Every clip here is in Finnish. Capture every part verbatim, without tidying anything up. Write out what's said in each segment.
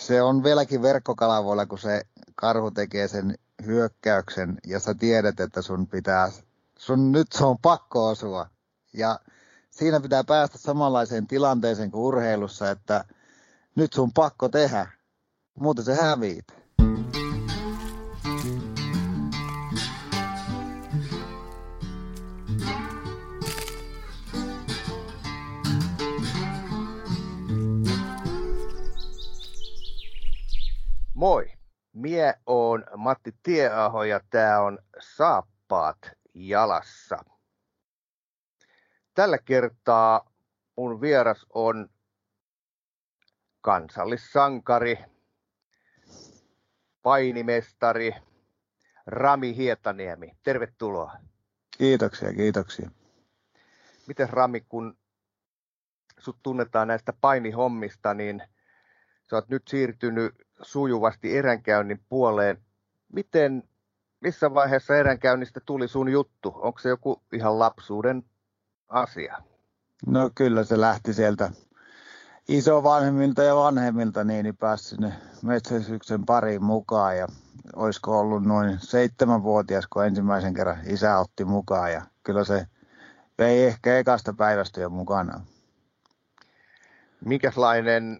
se on vieläkin verkkokalavoilla, kun se karhu tekee sen hyökkäyksen ja sä tiedät, että sun pitää, sun nyt se on pakko osua. Ja siinä pitää päästä samanlaiseen tilanteeseen kuin urheilussa, että nyt sun pakko tehdä, muuten se häviit. Moi, mie oon Matti Tieaho ja tää on Saappaat jalassa. Tällä kertaa mun vieras on kansallissankari, painimestari Rami Hietaniemi. Tervetuloa. Kiitoksia, kiitoksia. Mites Rami, kun sut tunnetaan näistä painihommista, niin sä oot nyt siirtynyt sujuvasti eränkäynnin puoleen. Miten, missä vaiheessa eränkäynnistä tuli sun juttu? Onko se joku ihan lapsuuden asia? No kyllä se lähti sieltä isovanhemmilta ja vanhemmilta, niin pääsi sinne metsästyksen pariin mukaan. Ja olisiko ollut noin seitsemänvuotias, kun ensimmäisen kerran isä otti mukaan. Ja kyllä se vei ehkä ekasta päivästä jo mukana. Minkälainen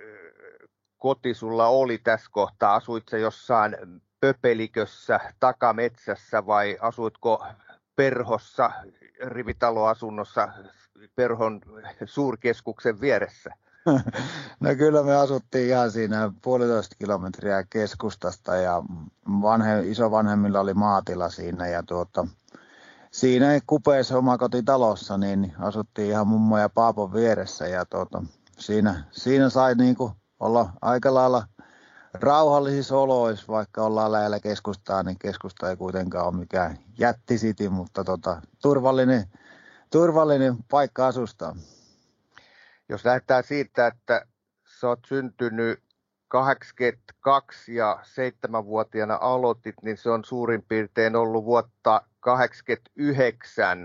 koti sulla oli tässä kohtaa? Asuit sä jossain pöpelikössä takametsässä vai asuitko perhossa, rivitaloasunnossa perhon suurkeskuksen vieressä? No kyllä me asuttiin ihan siinä puolitoista kilometriä keskustasta ja vanhe, isovanhemmilla oli maatila siinä ja tuota, siinä kupeessa omakotitalossa niin asuttiin ihan mummo ja paapon vieressä ja tuota, siinä, siinä sai niinku olla aika lailla rauhallisissa oloissa, vaikka ollaan lähellä keskustaa, niin keskusta ei kuitenkaan ole mikään jättisiti, mutta tota, turvallinen, turvallinen paikka asustaa. Jos lähdetään siitä, että sä oot syntynyt kahdeksankymmentäkaksi ja seitsemänvuotiaana aloitit, niin se on suurin piirtein ollut vuotta kahdeksankymmentäyhdeksän.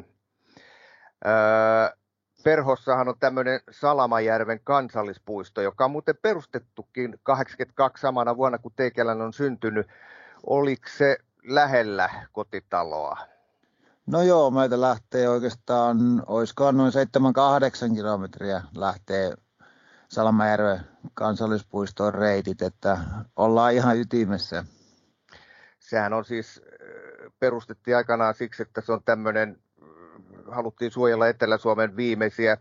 Öö, Perhossahan on tämmöinen Salamajärven kansallispuisto, joka on muuten perustettukin kahdeksankymmentäkaksi samana vuonna, kun teikäläinen on syntynyt. Oliko se lähellä kotitaloa? No joo, meitä lähtee oikeastaan, olisikohan noin seitsemän kahdeksan kilometriä lähtee Salamajärven kansallispuiston reitit, että ollaan ihan ytimessä. Sehän on siis, perustettiin aikanaan siksi, että se on tämmöinen, haluttiin suojella Etelä-Suomen viimeisiä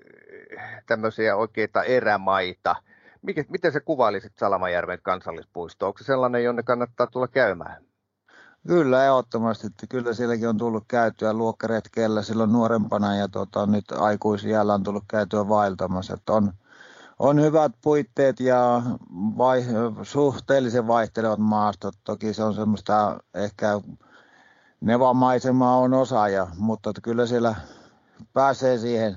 tämmöisiä oikeita erämaita. Mikä, miten sä kuvailisit Salamajärven kansallispuisto? Onko se sellainen, jonne kannattaa tulla käymään? Kyllä, ehdottomasti. Kyllä sielläkin on tullut käytyä luokkaretkellä silloin nuorempana ja tota, nyt aikuisiällä on tullut käytyä vaeltamassa. Että on, on hyvät puitteet ja vai, suhteellisen vaihtelevat maastot. Toki se on semmoista ehkä nevamaisemaa on osa, ja, mutta kyllä siellä pääsee siihen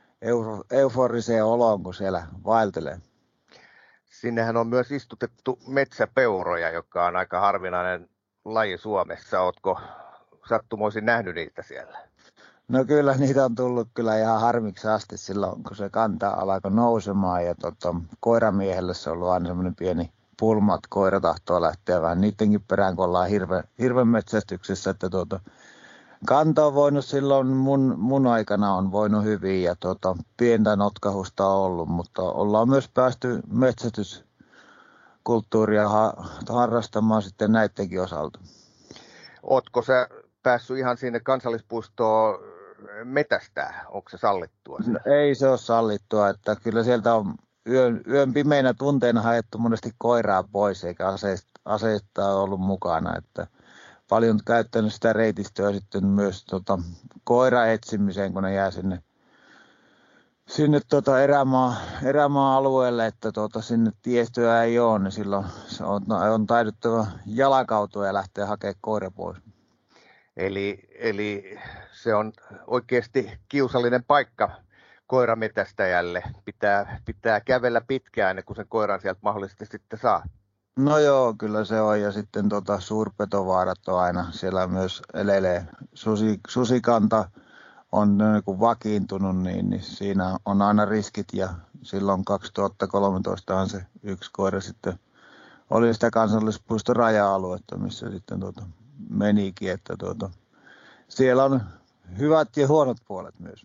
euforiseen oloon, kun siellä vaeltelee. Sinnehän on myös istutettu metsäpeuroja, joka on aika harvinainen laji Suomessa. Ootko sattumoisin nähnyt niitä siellä? No kyllä niitä on tullut kyllä ihan harmiksi asti silloin, kun se kantaa alkoi nousemaan. Ja tota, koiramiehelle se on ollut aina semmoinen pieni pulma, että koira tahtoo lähteä vähän niidenkin perään, kun ollaan hirve, hirven metsästyksessä. Että tuota, kanta on voinut silloin, mun, mun aikana on voinut hyvin ja tuota, pientä notkahusta on ollut, mutta ollaan myös päästy metsästyskulttuuria ha, harrastamaan sitten näidenkin osalta. Ootko sä päässyt ihan sinne kansallispuistoon metästää? Onko se sallittua? No, ei se ole sallittua, että kyllä sieltä on yön, yön pimeinä tunteina haettu monesti koiraa pois, eikä aseista, aseista ollut mukana, että paljon käyttänyt sitä reitistöä sitten myös tota, koiraetsimiseen, kun ne jää sinne, sinne tota erämaa, erämaa-alueelle, että tota, sinne tiestöä ei ole, niin silloin se on, on taiduttava jalakautua ja lähteä hakemaan koira pois. Eli, eli se on oikeasti kiusallinen paikka koirametästäjälle. Pitää, pitää kävellä pitkään ennen kuin sen koiran sieltä mahdollisesti sitten saa. No joo, kyllä se on. Ja sitten tota, suurpetovaarat on aina. Siellä myös elelee susi, susikanta on niin kuin vakiintunut, niin, niin siinä on aina riskit ja silloin kaksituhattakolmetoista se yksi koira sitten oli sitä kansallispuiston raja-aluetta, missä sitten tuota, menikin, että tuota, siellä on hyvät ja huonot puolet myös.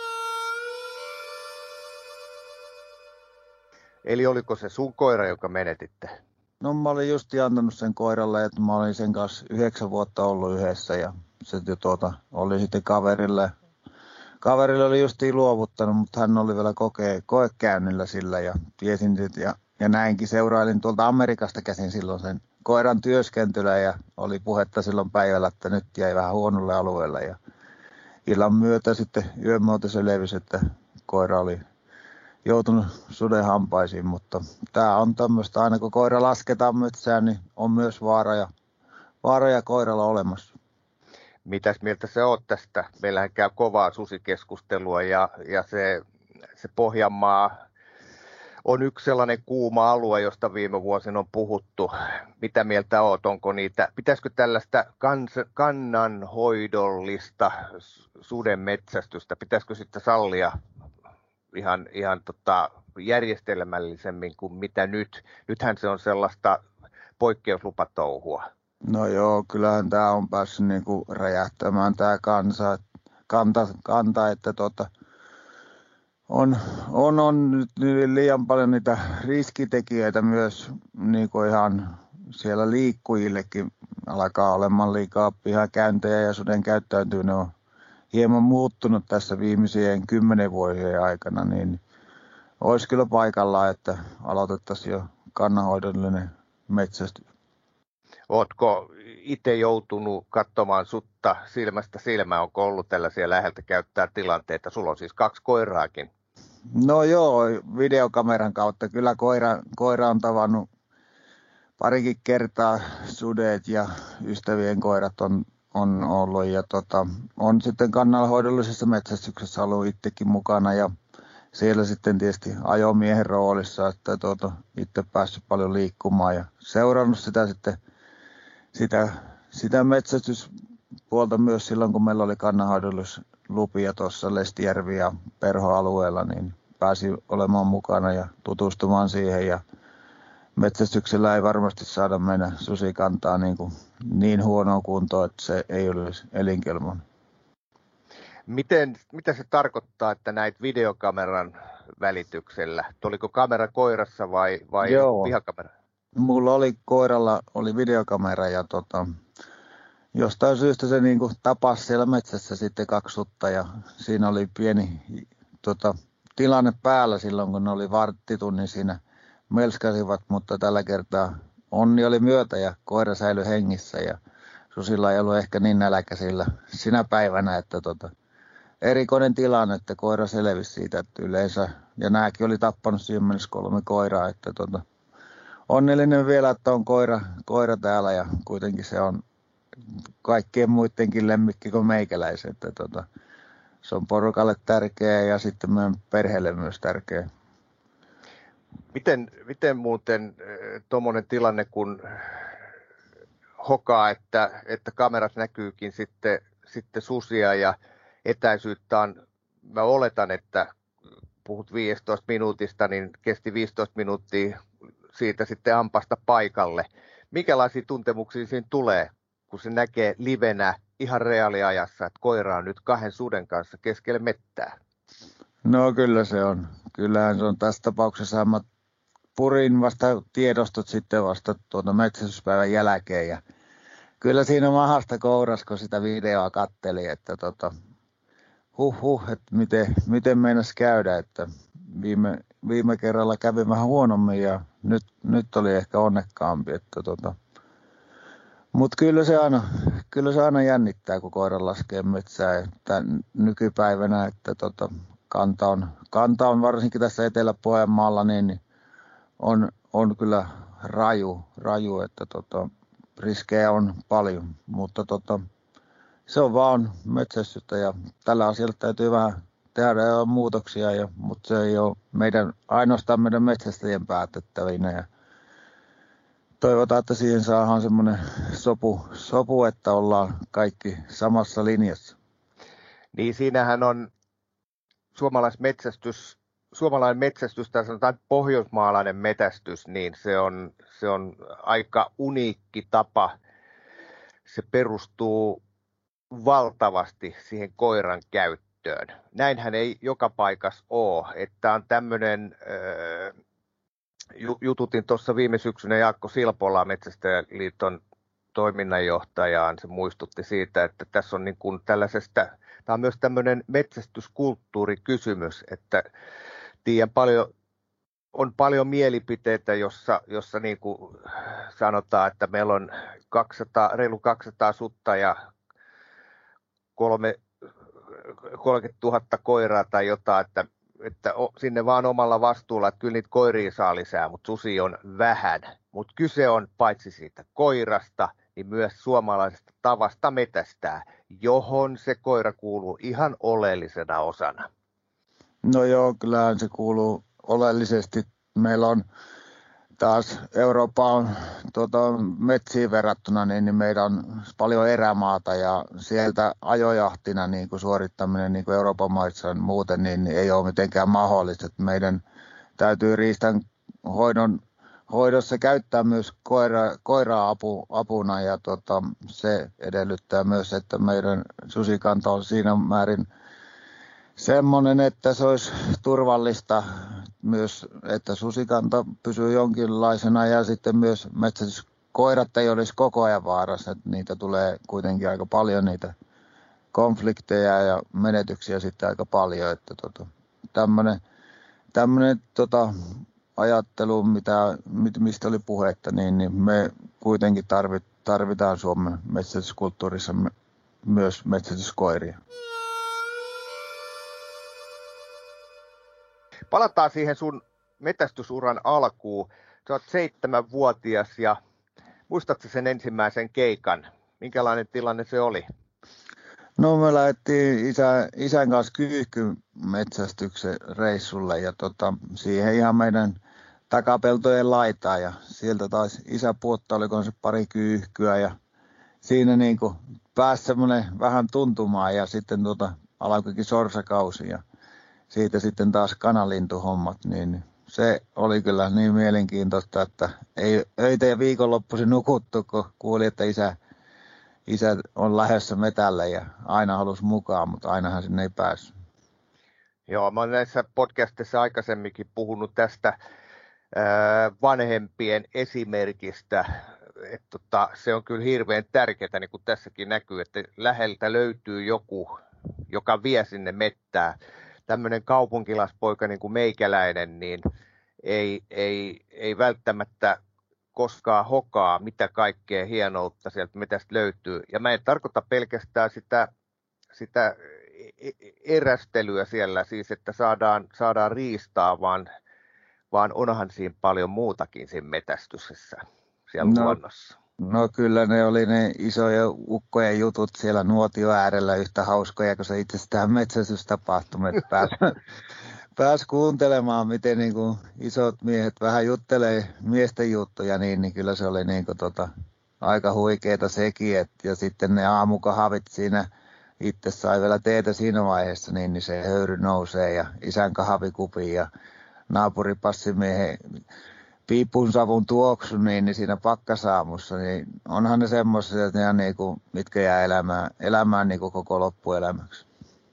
Eli oliko se sun koira, joka menetitte? No mä olin just antanut sen koiralle, että mä olin sen kanssa yhdeksän vuotta ollut yhdessä ja se tuota, oli sitten kaverille. Kaverille oli justiin luovuttanut, mutta hän oli vielä koke, koekäynnillä sillä ja tiesin sit ja, ja näinkin seurailin tuolta Amerikasta käsin silloin sen koiran työskentelyä ja oli puhetta silloin päivällä, että nyt jäi vähän huonolle alueelle ja illan myötä sitten yömuoto se levisi, että koira oli joutunut suden hampaisiin, mutta tämä on tämmöistä, aina kun koira lasketaan metsään, niin on myös vaaroja, vaaroja koiralla olemassa. Mitäs mieltä se oot tästä? Meillähän käy kovaa susikeskustelua ja, ja se, se Pohjanmaa on yksi sellainen kuuma alue, josta viime vuosina on puhuttu. Mitä mieltä oot? Onko niitä, pitäisikö tällaista kans, kannanhoidollista suden metsästystä, pitäisikö sitten sallia ihan, ihan tota järjestelmällisemmin kuin mitä nyt? Nythän se on sellaista poikkeuslupatouhua. No joo, kyllähän tämä on päässyt niinku räjähtämään tämä kansa, kanta, kanta, että tota, on, on, on nyt liian paljon niitä riskitekijöitä myös niinku ihan siellä liikkujillekin alkaa olemaan liikaa pihakäyntejä ja suden käyttäytyminen on hieman muuttunut tässä viimeisien kymmenen vuosien aikana, niin olisi kyllä paikallaan, että aloitettaisiin jo kannanhoidollinen metsästys. Ootko itse joutunut katsomaan sutta silmästä silmään? Onko ollut tällaisia läheltä käyttää tilanteita? Sulla on siis kaksi koiraakin. No joo, videokameran kautta. Kyllä koira, koira on tavannut parikin kertaa sudet ja ystävien koirat on, on ollut. Ja tota, on sitten kannanhoidollisessa metsästyksessä ollut itsekin mukana ja siellä sitten tietysti ajomiehen roolissa, että tuota, itse päässyt paljon liikkumaan ja seurannut sitä sitten Sitä, sitä metsästyspuolta myös silloin, kun meillä oli kannanhoidollislupia tuossa Lestijärvi ja Perho-alueella, niin pääsi olemaan mukana ja tutustumaan siihen. Ja metsästyksellä ei varmasti saada mennä susikantaa niin, kuin niin huonoa kuntoon, että se ei olisi elinkelpoinen. Miten, mitä se tarkoittaa, että näitä videokameran välityksellä? Oliko kamera koirassa vai, vai pihakamera? Mulla oli koiralla oli videokamera ja tota, jostain syystä se niinku tapasi siellä metsässä sitten kaksi sutta ja siinä oli pieni tota, tilanne päällä silloin, kun ne oli varttitunnin siinä melskasivat, mutta tällä kertaa onni oli myötä ja koira säilyi hengissä ja susilla ei ollut ehkä niin nälkäisillä sinä päivänä, että tota, erikoinen tilanne, että koira selvisi siitä, että yleensä, ja nämäkin oli tappanut siihen mennessä kolme koiraa, että tota, onnellinen vielä, että on koira, koira täällä ja kuitenkin se on kaikkien muidenkin lemmikki kuin meikäläisen. Että tota, se on porukalle tärkeä ja sitten meidän perheelle myös tärkeä. Miten, miten muuten tuommoinen tilanne, kun hokaa, että, että kamerat näkyykin sitten, sitten susia ja etäisyyttä on, mä oletan, että puhut viisitoista minuutista, niin kesti viisitoista minuuttia siitä sitten ampasta paikalle. Minkälaisia tuntemuksia siinä tulee, kun se näkee livenä ihan reaaliajassa, että koira on nyt kahden suden kanssa keskelle mettää? No kyllä se on. Kyllähän se on tässä tapauksessa. Mä purin vasta tiedostot sitten vasta tuota metsästyspäivän jälkeen. Ja kyllä siinä mahasta kouras, kun sitä videoa katteli, että tota, huh huh, että miten, miten meinasi käydä, että viime, viime kerralla kävi vähän huonommin ja nyt, nyt oli ehkä onnekkaampi, että tota. Mutta kyllä se aina, kyllä se aina jännittää, kun koira laskee metsään tämän nykypäivänä, että tota, kanta, on, kanta on varsinkin tässä Etelä-Pohjanmaalla, niin, niin on, on kyllä raju, raju että tota, riskejä on paljon, mutta tota, se on vaan metsästystä ja tällä asialla täytyy vähän tehdä muutoksia, ja, mutta se ei ole meidän, ainoastaan meidän metsästäjien päätettävinä. Ja toivotaan, että siihen saadaan semmoinen sopu, sopu, että ollaan kaikki samassa linjassa. Niin siinähän on suomalaismetsästys suomalainen metsästys, tai sanotaan pohjoismaalainen metästys, niin se on, se on aika uniikki tapa. Se perustuu valtavasti siihen koiran käyttöön. Näinhän ei joka paikassa ole. Että on tämmöinen, äh, jututin tuossa viime syksynä Jaakko Silpolaa, Metsästäjäliiton toiminnanjohtajaan. Se muistutti siitä, että tässä on niin kuin tällaisesta, tämä on myös tämmöinen metsästyskulttuurikysymys, että tiedän paljon, on paljon mielipiteitä, jossa, jossa niin kuin sanotaan, että meillä on kaksisataa, reilu kaksisataa sutta ja kolme, kolmekymmentätuhatta koiraa tai jotain, että, että sinne vaan omalla vastuulla, että kyllä niitä koiria saa lisää, mutta susi on vähän. Mutta kyse on paitsi siitä koirasta, niin myös suomalaisesta tavasta metästää, johon se koira kuuluu ihan oleellisena osana. No joo, kyllähän se kuuluu oleellisesti. Meillä on taas Euroopan tuota, metsiin verrattuna, niin, niin meillä on paljon erämaata ja sieltä ajojahtina niin kuin suorittaminen niin kuin Euroopan maissa muuten niin, niin ei ole mitenkään mahdollista. Meidän täytyy riistan hoidon, hoidossa käyttää myös koira, koiraa apu, apuna ja tuota, se edellyttää myös, että meidän susikanta on siinä määrin semmoinen, että se olisi turvallista myös, että susikanta pysyy jonkinlaisena ja sitten myös metsästyskoirat ei olisi koko ajan vaarassa. Että niitä tulee kuitenkin aika paljon, niitä konflikteja ja menetyksiä sitten aika paljon. Että tota, tämmöinen tämmöinen tota, ajattelu, mitä, mistä oli puhetta, niin, niin me kuitenkin tarvitaan Suomen metsästyskulttuurissa myös metsästyskoiria. Palataan siihen sun metästysuran alkuun. Sä oot seitsemänvuotias ja muistatko sen ensimmäisen keikan? Minkälainen tilanne se oli? No me lähdettiin isä, isän kanssa kyyhkymetsästyksen reissulle ja tota, siihen ihan meidän takapeltojen laitaan ja sieltä taisi isä puottaa, oliko se pari kyyhkyä ja siinä niin kuin pääsi semmoinen vähän tuntumaan ja sitten tota, alkoikin sorsakausi ja siitä sitten taas kanalintuhommat, niin se oli kyllä niin mielenkiintoista, että ei öitä ja viikonloppuisin nukuttu, kun kuuli, että isä, isä on lähdössä metälle ja aina halusi mukaan, mutta ainahan sinne ei päässyt. Joo, mä olen näissä podcastissa aikaisemminkin puhunut tästä ää, vanhempien esimerkistä. Et, tota, se on kyllä hirveän tärkeää, niin kuin tässäkin näkyy, että läheltä löytyy joku, joka vie sinne mettään. Tämmöinen kaupunkilaispoika niin kuin meikäläinen, niin ei, ei, ei välttämättä koskaan hokaa, mitä kaikkea hienoutta sieltä metästä löytyy. Ja mä en tarkoita pelkästään sitä, sitä erästelyä siellä, siis että saadaan, saadaan riistaa, vaan, vaan onhan siinä paljon muutakin siinä metästyksessä siellä no, luonnossa. No kyllä ne oli ne isoja ukkojen jutut siellä nuotio äärellä yhtä hauskoja, kun se itsestään metsästystapahtumat pääsi pääs kuuntelemaan, miten niin kuin isot miehet vähän juttelee miesten juttuja, niin, niin kyllä se oli niin kuin tota, aika huikeeta sekin. Et, ja sitten ne aamukahvit siinä, itse sai vielä teetä siinä vaiheessa, niin, niin se höyry nousee ja isän kahvikupi ja naapurippassimiehen piipun savun tuoksu, niin, niin siinä pakkasaamussa, niin onhan ne semmoisia, että ne on niin kuin, mitkä jää elämään, elämään niin kuin koko loppuelämäksi.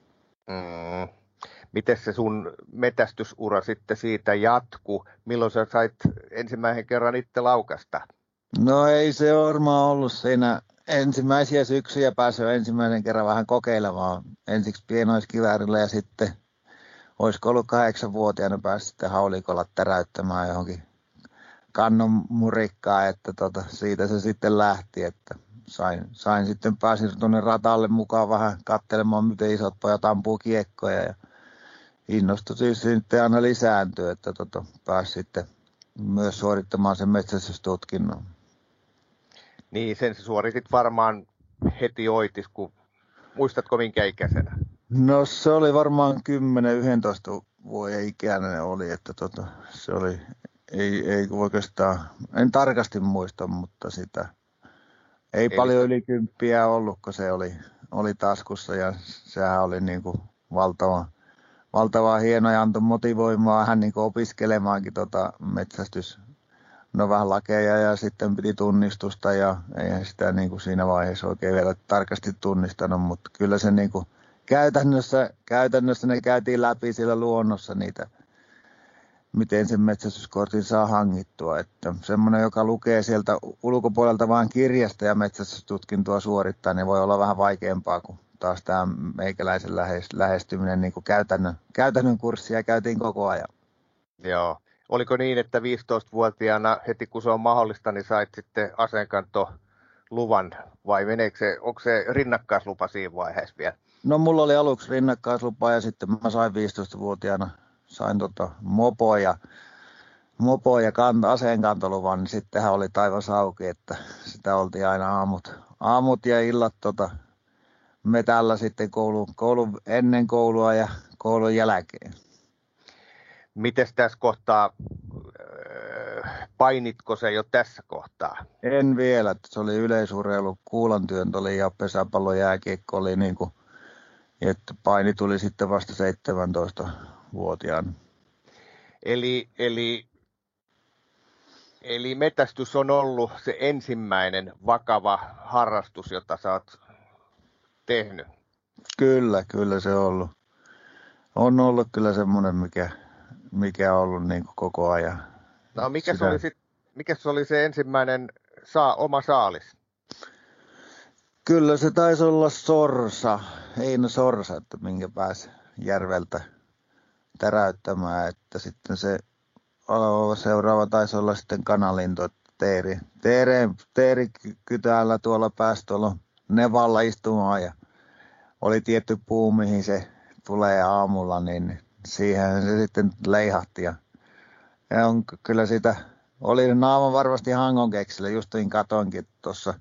Mm. Miten se sun metästysura sitten siitä jatkuu? Milloin sä sait ensimmäisen kerran itse laukasta? No ei se varmaan ollut siinä ensimmäisiä syksyjä päässyt ensimmäisen kerran vähän kokeilemaan. Ensiksi pienoiskiväärillä ja sitten olisiko ollut kahdeksanvuotiaana pääsi sitten haulikolla täräyttämään johonkin kannon murikkaa, että tota, siitä se sitten lähti, että sain, sain sitten pääsin tuonne ratalle mukaan vähän katselemaan, miten isot pojat ampuu kiekkoja ja innostui siis sitten aina lisääntyä, että tota, pääsi sitten myös suorittamaan sen metsästystutkinnon. Niin, sen suoritit varmaan heti oitis, kun muistatko minkä ikäisenä? No se oli varmaan kymmenen yksitoista vuoden ikäinen oli, että tota, se oli, ei, ei oikeastaan, en tarkasti muista, mutta sitä ei Eli... paljon yli kymppiä ollut, kun se oli, oli taskussa ja sehän oli niin kuin valtava, valtavaa hienoa ja antoi motivoimaa vähän niin kuin opiskelemaankin tota metsästys. No vähän lakeja ja sitten piti tunnistusta ja eihän sitä niin kuin siinä vaiheessa oikein vielä tarkasti tunnistanut, mutta kyllä se niin kuin käytännössä, käytännössä ne käytiin läpi siellä luonnossa niitä, miten sen metsästyskortin saa hangittua. Että semmoinen, joka lukee sieltä ulkopuolelta vain kirjasta ja metsästystutkintoa suorittaa, niin voi olla vähän vaikeampaa kuin taas tämä meikäläisen lähestyminen niin kuin käytännön, käytännön kurssia käytiin koko ajan. Joo. Oliko niin, että viisitoistavuotiaana heti kun se on mahdollista, niin sait sitten aseenkantoluvan vai meneekö se, onko se rinnakkaislupa siinä vaiheessa vielä? No mulla oli aluksi rinnakkaislupa ja sitten mä sain viisitoistavuotiaana sain tota mopo ja, mopo ja kant, aseenkantoluvan, niin sittenhän oli taivas auki, että sitä oltiin aina aamut, aamut ja illat tota, metällä sitten koulu, koulu, ennen koulua ja koulun jälkeen. Mites tässä kohtaa, painitko se jo tässä kohtaa? En vielä, se oli yleisurheilu, kuulantyöntö oli ja pesäpallo, jääkiekko oli niin kuin, että paini tuli sitten vasta seitsemäntoistavuotiaana. Eli, eli, eli metästys on ollut se ensimmäinen vakava harrastus, jota sä oot tehnyt? Kyllä, kyllä se on ollut. On ollut kyllä semmoinen, mikä... mikä on ollut niin kuin koko ajan. No mikä sitä... se oli sit, mikä se oli se ensimmäinen saa, oma saalis? Kyllä se taisi olla sorsa, Heino sorsa, että minkä pääsi järveltä täräyttämään, että sitten se seuraava taisi olla sitten kanalinto, teeri, teeri, teeri kytäällä tuolla pääsi tuolla nevalla istumaan ja oli tietty puu, mihin se tulee aamulla, niin siihen se sitten leihahti ja, ja on kyllä sitä, oli naama varmasti Hangon keksillä, just niin katoinkin tuossa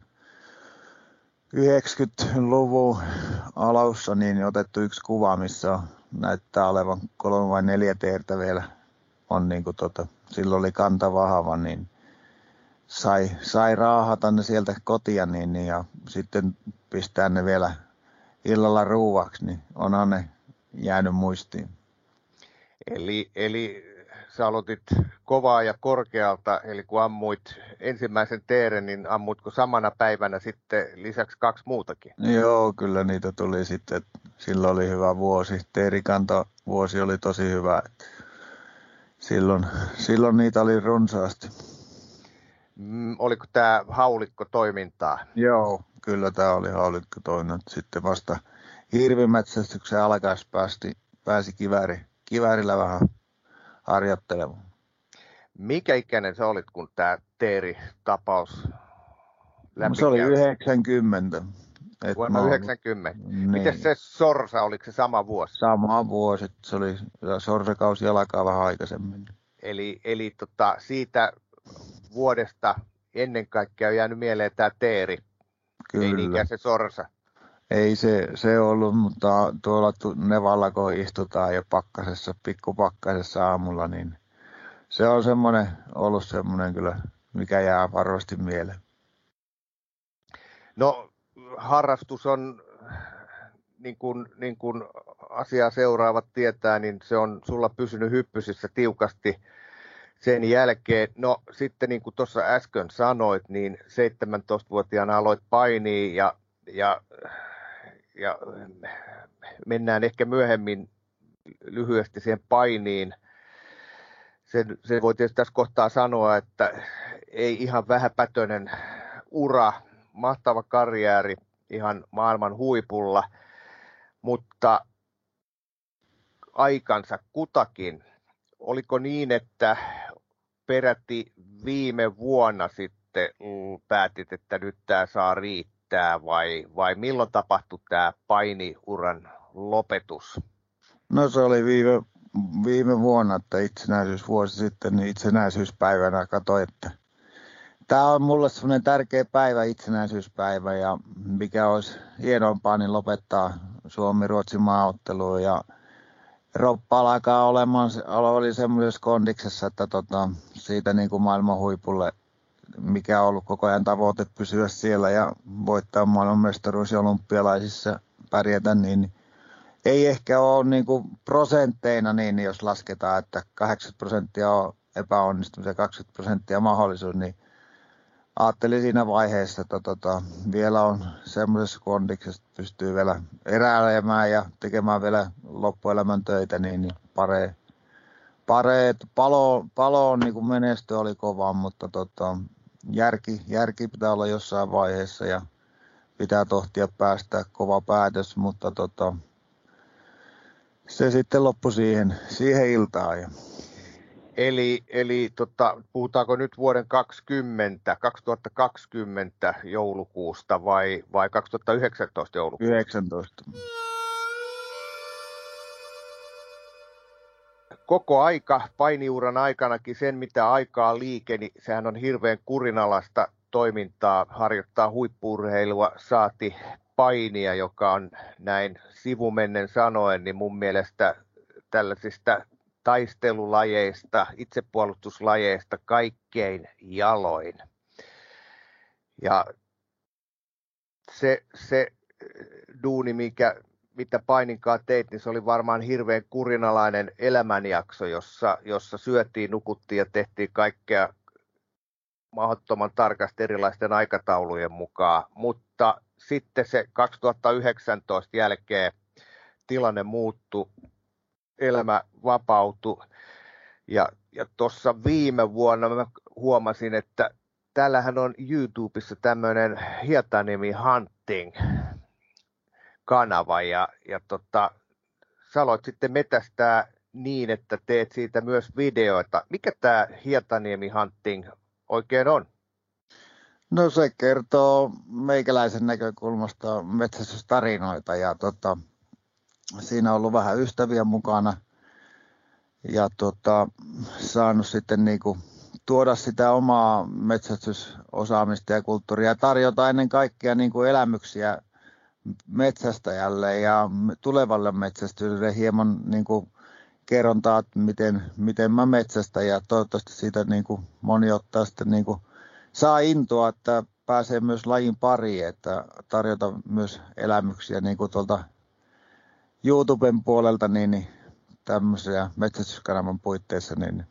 yhdeksänkymmentäluvun alussa niin otettu yksi kuva, missä on, näyttää olevan kolme vai neljä teertä vielä, on niin kuin tota, silloin oli kanta vahva, niin sai, sai raahata ne sieltä kotia niin, niin, ja sitten pistää ne vielä illalla ruuaksi, niin onhan ne jäänyt muistiin. Eli, eli sä aloitit kovaa ja korkealta, eli kun ammuit ensimmäisen teeren, niin ammuitko samana päivänä sitten lisäksi kaksi muutakin? Joo, kyllä niitä tuli sitten. Silloin oli hyvä vuosi. Teerikanta vuosi oli tosi hyvä. Silloin, silloin niitä oli runsaasti. Mm, oliko tämä haulikko-toimintaa? Joo, kyllä tämä oli haulikko-toimintaa. Sitten vasta hirvimetsästyksen alkaessa pääsi, pääsi kivääri. Kiväärillä vähän harjoittelemaan. Mikä ikäinen sä olit, kun tämä teeritapaus läpi? Se oli yhdeksänkymmentä. Vuonna yhdeksänkymmentä. Niin. Miten se sorsa, oliko se sama vuosi? Sama vuosi, se oli sorsakausi alkaa vähän aikaisemmin. Eli, eli tota, siitä vuodesta ennen kaikkea on jäänyt mieleen tämä teeri, Kyllä. Ei niinkään se sorsa. Ei se, se ollut, mutta tuolla nevalla kun istutaan jo pakkasessa, pikkupakkasessa aamulla, niin se on semmoinen, ollut semmoinen kyllä, mikä jää varmasti mieleen. No harrastus on, niin kuin, niin kuin asiaa seuraavat tietää, niin se on sulla pysynyt hyppysissä tiukasti sen jälkeen. No sitten niin kuin tuossa äsken sanoit, niin seitsemäntoistavuotiaana aloit painia ja, ja Ja mennään ehkä myöhemmin lyhyesti siihen painiin. Sen, sen voi tietysti tässä kohtaa sanoa, että ei ihan vähäpätöinen ura, mahtava karjääri ihan maailman huipulla, mutta aikansa kutakin. Oliko niin, että peräti viime vuonna sitten päätit, että nyt tämä saa riittää? Vai, vai milloin tapahtui tämä painiuran lopetus? No se oli viime, viime vuonna, että itsenäisyysvuosi sitten, niin itsenäisyyspäivänä katsoin, että tämä on mulle semmoinen tärkeä päivä, itsenäisyyspäivä, ja mikä olisi hienompaa, niin lopettaa Suomi-Ruotsin maaotteluun. Ja Roppa alkaa olemaan, oli semmoisessa kondiksessa, että tota, siitä niin kuin maailman huipulle, mikä on ollut koko ajan tavoite pysyä siellä ja voittaa maailmanmestaruus ja olympialaisissa pärjätä, niin ei ehkä ole niin kuin prosentteina niin, jos lasketaan, että kahdeksankymmentä prosenttia on epäonnistumisia ja kaksikymmentä prosenttia mahdollisuus, niin ajattelin siinä vaiheessa, että tota, vielä on semmoisessa kondiksessa, että pystyy vielä eräilemään ja tekemään vielä loppuelämän töitä, niin, niin paree. Pare, palo, palo niin kuin menestö oli kova, mutta tota, järki, järki pitää olla jossain vaiheessa ja pitää tohtia päästä kova päätös, mutta tota, se sitten loppui siihen, siihen iltaan. Ja Eli, eli tota, puhutaanko nyt vuoden kaksikymmentä, kaksituhattakaksikymmentä joulukuusta vai, vai kaksituhattayhdeksäntoista joulukuusta? yhdeksäntoista. Koko aika, painiuran aikanakin sen mitä aikaa liikeni, sehän on hirveän kurinalaista toimintaa, harjoittaa huippu-urheilua, saati painia, joka on näin sivumennen sanoen, niin mun mielestä tällaisista taistelulajeista, itsepuolustuslajeista kaikkein jaloin. Ja se, se duuni, mikä, mitä paininkaan teit, niin se oli varmaan hirveän kurinalainen elämänjakso, jossa, jossa syötiin, nukuttiin ja tehtiin kaikkea mahdottoman tarkasti erilaisten aikataulujen mukaan. Mutta sitten se kaksituhattayhdeksäntoista jälkeen tilanne muuttui, elämä vapautui ja, ja tuossa viime vuonna mä huomasin, että täällähän on YouTubessa tämmöinen Hietaniemi Hunting kanava ja, ja tota, sä aloit sitten metästää niin, että teet siitä myös videoita. Mikä tämä Hietaniemi Hunting oikein on? No se kertoo meikäläisen näkökulmasta metsästystarinoita ja tota, siinä on ollut vähän ystäviä mukana ja tota, saanut sitten niinku tuoda sitä omaa metsästysosaamista ja kulttuuria ja tarjota ennen kaikkea niinku elämyksiä metsästäjälle ja tulevalle metsästykselle hieman niinku kerrontaa, että miten, miten mä metsästän ja toivottavasti siitä niinku moni ottaa sitten niinku saa intoa, että pääsee myös lajin pariin, että tarjota myös elämyksiä niin kuin tuolta YouTuben puolelta niin, niin tämmöisiä metsästyskanavan puitteissa niin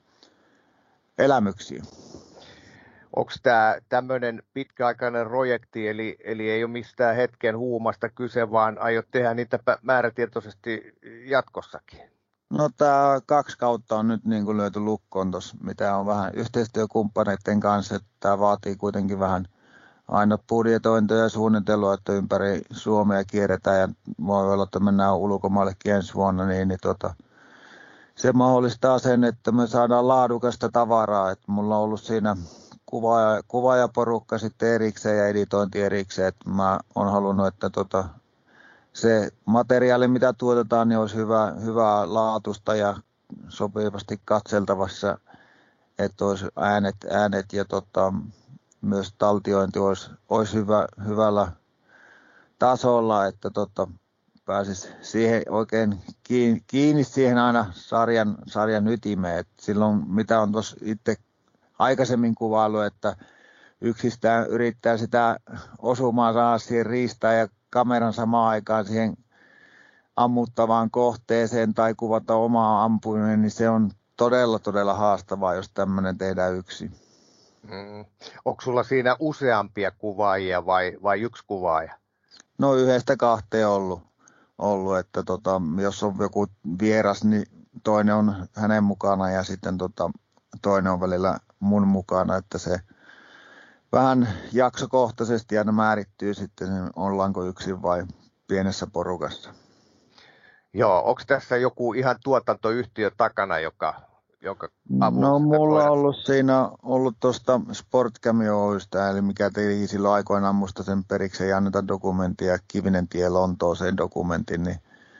elämyksiä. Onko tämä tämmöinen pitkäaikainen projekti, eli, eli ei ole mistään hetken huumasta kyse, vaan aiot tehdä niitä määrätietoisesti jatkossakin? No tämä kaksi kautta on nyt niin kuin lyöty lukkoon tuossa, mitä on vähän yhteistyökumppaneiden kanssa, että tämä vaatii kuitenkin vähän aina budjetointia ja suunnittelua, että ympäri Suomea kierretään ja voi olla, että mennään ulkomaillekin ensi vuonna, niin, niin tota, se mahdollistaa sen, että me saadaan laadukasta tavaraa, että mulla on ollut siinä kuvaaja, kuvaajaporukka sitten erikseen ja editointi erikseen, että mä oon halunnut, että tota, se materiaali, mitä tuotetaan, niin olisi hyvä, hyvää laatusta ja sopivasti katseltavassa, että olisi äänet, äänet ja tota, myös taltiointi olisi, olisi hyvä, hyvällä tasolla, että tota, pääsisi siihen oikein kiinni, kiinni siihen aina sarjan, sarjan ytimeen. Et silloin, mitä on tuossa itse aikaisemmin kuvailu, että yksistään yrittää sitä osumaa saada siihen riistää ja kameran samaan aikaan siihen ammuttavaan kohteeseen tai kuvata omaa ampuminen, niin se on todella, todella haastavaa, jos tämmöinen tehdään yksin. Mm. Onko sulla siinä useampia kuvaajia vai, vai yksi kuvaaja? No yhdestä kahteen ollut, ollut että tota, jos on joku vieras, niin toinen on hänen mukana ja sitten tota, toinen on välillä mun mukana, että se vähän jaksokohtaisesti aina määrittyy sitten, ollaanko yksin vai pienessä porukassa. Joo, onko tässä joku ihan tuotantoyhtiö takana, joka, joka avulla No mulla on on ollut siinä ollut tuosta Sportcam Oystä, eli mikä teki silloin aikoinaan musta sen periksi ei anneta dokumentin ja Kivinen tie Lontooseen dokumentin, niin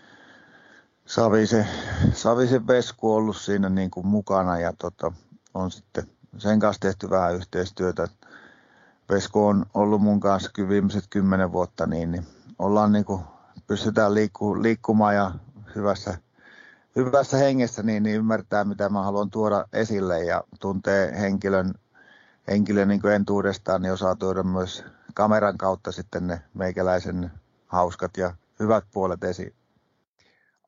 Savisen, Savisen Vesku on ollut siinä niin kuin mukana ja tota, on sitten sen kanssa tehty vähän yhteistyötä. Vesku on ollut mun kanssa kyllä viimeiset kymmenen vuotta, niin, niin ollaan niin kuin, pystytään liikku, liikkumaan ja hyvässä, hyvässä hengessä, niin, niin ymmärtää mitä mä haluan tuoda esille ja tuntee henkilön, henkilön niin kuin entuudestaan, niin osaa tuoda myös kameran kautta sitten ne meikäläisen hauskat ja hyvät puolet esiin.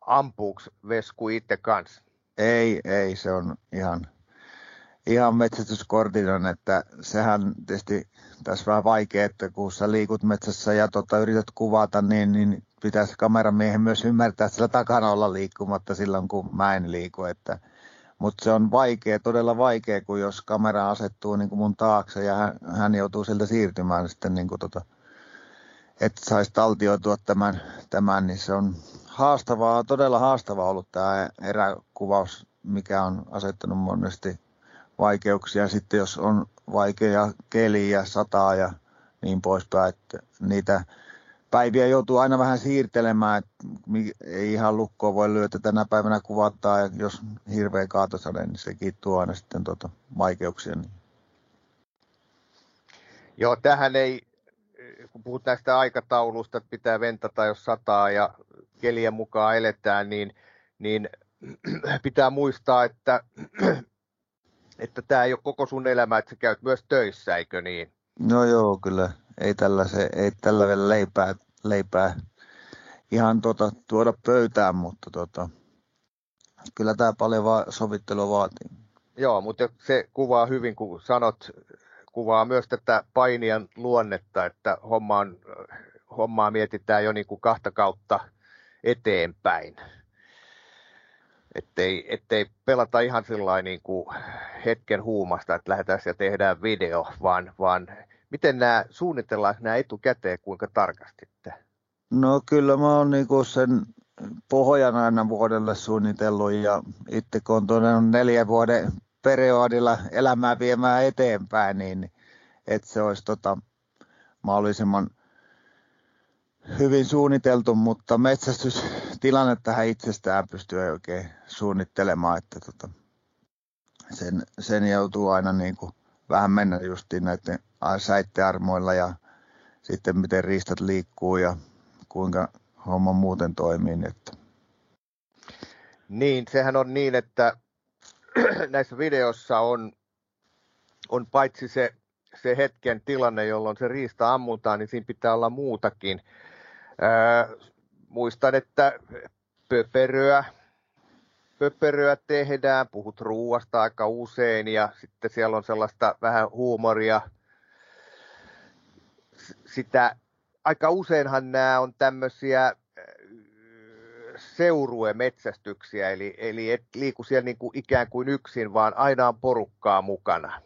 ampuuks Vesku itse kanssa? Ei, ei, se on ihan, ihan metsästyskortillinen, että sehän tietysti tässä vähän vaikea, että kun sä liikut metsässä ja tota, yrität kuvata, niin, niin pitäisi kameramiehen myös ymmärtää, että sillä takana olla liikkumatta silloin, kun mä en liiku. Että, mutta se on vaikea, todella vaikea, kun jos kamera asettuu niin kuin mun taakse ja hän, hän joutuu sieltä siirtymään sitten, niin kuin tota, että saisi taltioitua tämän, tämän, niin se on haastavaa, todella haastavaa ollut tämä eräkuvaus, mikä on asettanut monesti vaikeuksia. Sitten jos on vaikea keli ja sataa ja niin poispäin, että niitä päiviä joutuu aina vähän siirtelemään, että ei ihan lukkoon voi lyödä, että tänä päivänä kuvataan, ja jos hirveä kaatosade, niin sekin tuo aina sitten tuota vaikeuksia. Joo, tähän ei, kun puhut näistä aikataulusta, että pitää ventata, jos sataa ja kelien mukaan eletään, niin, niin pitää muistaa, että että tämä ei ole koko sun elämä, että sä käyt myös töissä, eikö niin? No joo, kyllä. Ei tällä, se, ei tällä vielä leipää, leipää ihan tota, tuoda pöytään, mutta tota, kyllä tämä paljon va- sovittelua vaatii. Joo, mutta se kuvaa hyvin, kun sanot, kuvaa myös tätä painijan luonnetta, että homma on, hommaa mietitään jo niin kuin kahta kautta eteenpäin. Ettei, ettei pelata ihan sellainen niin kuin hetken huumasta, että lähdetään ja tehdään video, vaan, vaan miten nämä suunnitellaan nämä etukäteen, kuinka tarkasti? No kyllä mä oon niinku sen pohjan aina vuodelle suunnitellut ja itse kun on tuonne neljän vuoden periodilla elämää viemään eteenpäin, niin että se olisi tota, mahdollisimman hyvin suunniteltu, mutta metsästystilannettahan itsestään pystyy oikein suunnittelemaan, että tota, sen, sen joutuu aina niin kuin vähän mennä justiin näiden säittearmoilla ja sitten miten riistat liikkuu ja kuinka homma muuten toimii. Että. Niin, sehän on niin, että näissä videoissa on, on paitsi se, se hetken tilanne, jolloin se riista ammutaan, niin siinä pitää olla muutakin. Ää, muistan, että pöperöä, pöperöä tehdään, puhut ruuasta aika usein ja sitten siellä on sellaista vähän huumoria. Sitä, aika useinhan nämä on tämmöisiä seuruemetsästyksiä, eli, eli et liiku siellä niin kuin ikään kuin yksin, vaan aina on porukkaa mukana.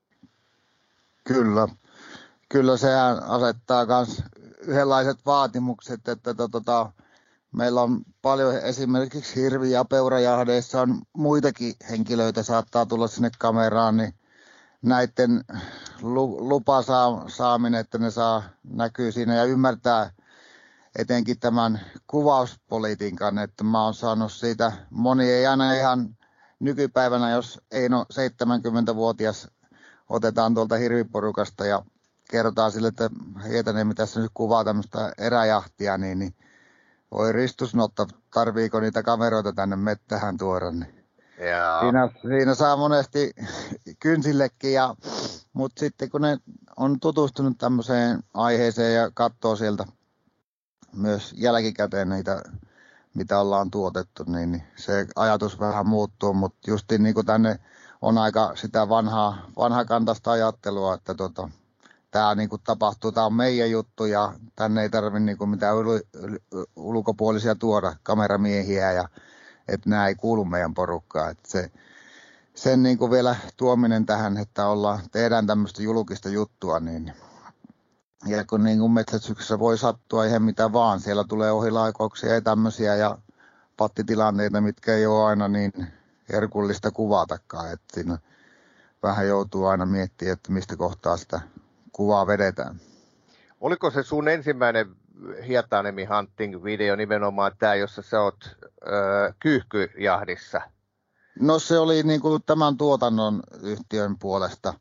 Kyllä. Kyllä sehän asettaa myös yhdenlaiset vaatimukset, että tota, meillä on paljon esimerkiksi hirvi- ja peurajahdeissa on muitakin henkilöitä, saattaa tulla sinne kameraan, niin näiden lupa saaminen, että ne saa näkyy siinä ja ymmärtää etenkin tämän kuvauspolitiikan, että mä oon saanut siitä, moni ei aina ihan nykypäivänä, jos Eino seitsemänkymmentävuotias otetaan tuolta hirviporukasta ja kerrotaan sille, että Hietanen, tässä nyt kuvaa tämmöistä eräjahtia, niin, niin voi ristusnotta, tarviiko niitä kameroita tänne mettähän tuoda. Niin. Siinä, siinä saa monesti kynsillekin, ja, mutta sitten kun ne on tutustunut tämmöiseen aiheeseen ja katsoo sieltä myös jälkikäteen niitä, mitä ollaan tuotettu, niin, niin se ajatus vähän muuttuu, mutta justiin niin kuin tänne on aika sitä vanhaa, vanhakantaista ajattelua, että tota, tämä niinku tapahtuu, tämä on meidän juttu ja tänne ei tarvitse niinku mitään ul, ul, ulkopuolisia tuoda, kameramiehiä, ja että nämä ei kuulu meidän porukkaan. Että se, sen niinku vielä tuominen tähän, että ollaan, tehdään tämmöistä julkista juttua, niin ja kun niinku metsästyksessä voi sattua ihan mitä vaan, siellä tulee ohilaikouksia ja tämmöisiä ja pattitilanteita, mitkä ei ole aina niin herkullista kuvatakaan, että siinä vähän joutuu aina miettimään, että mistä kohtaa sitä kuvaa vedetään. Oliko se sun ensimmäinen Hietanemi hunting-video nimenomaan tämä, jossa sä oot öö, kyyhkyjahdissa? No se oli niin kuin tämän tuotannon yhtiön puolesta,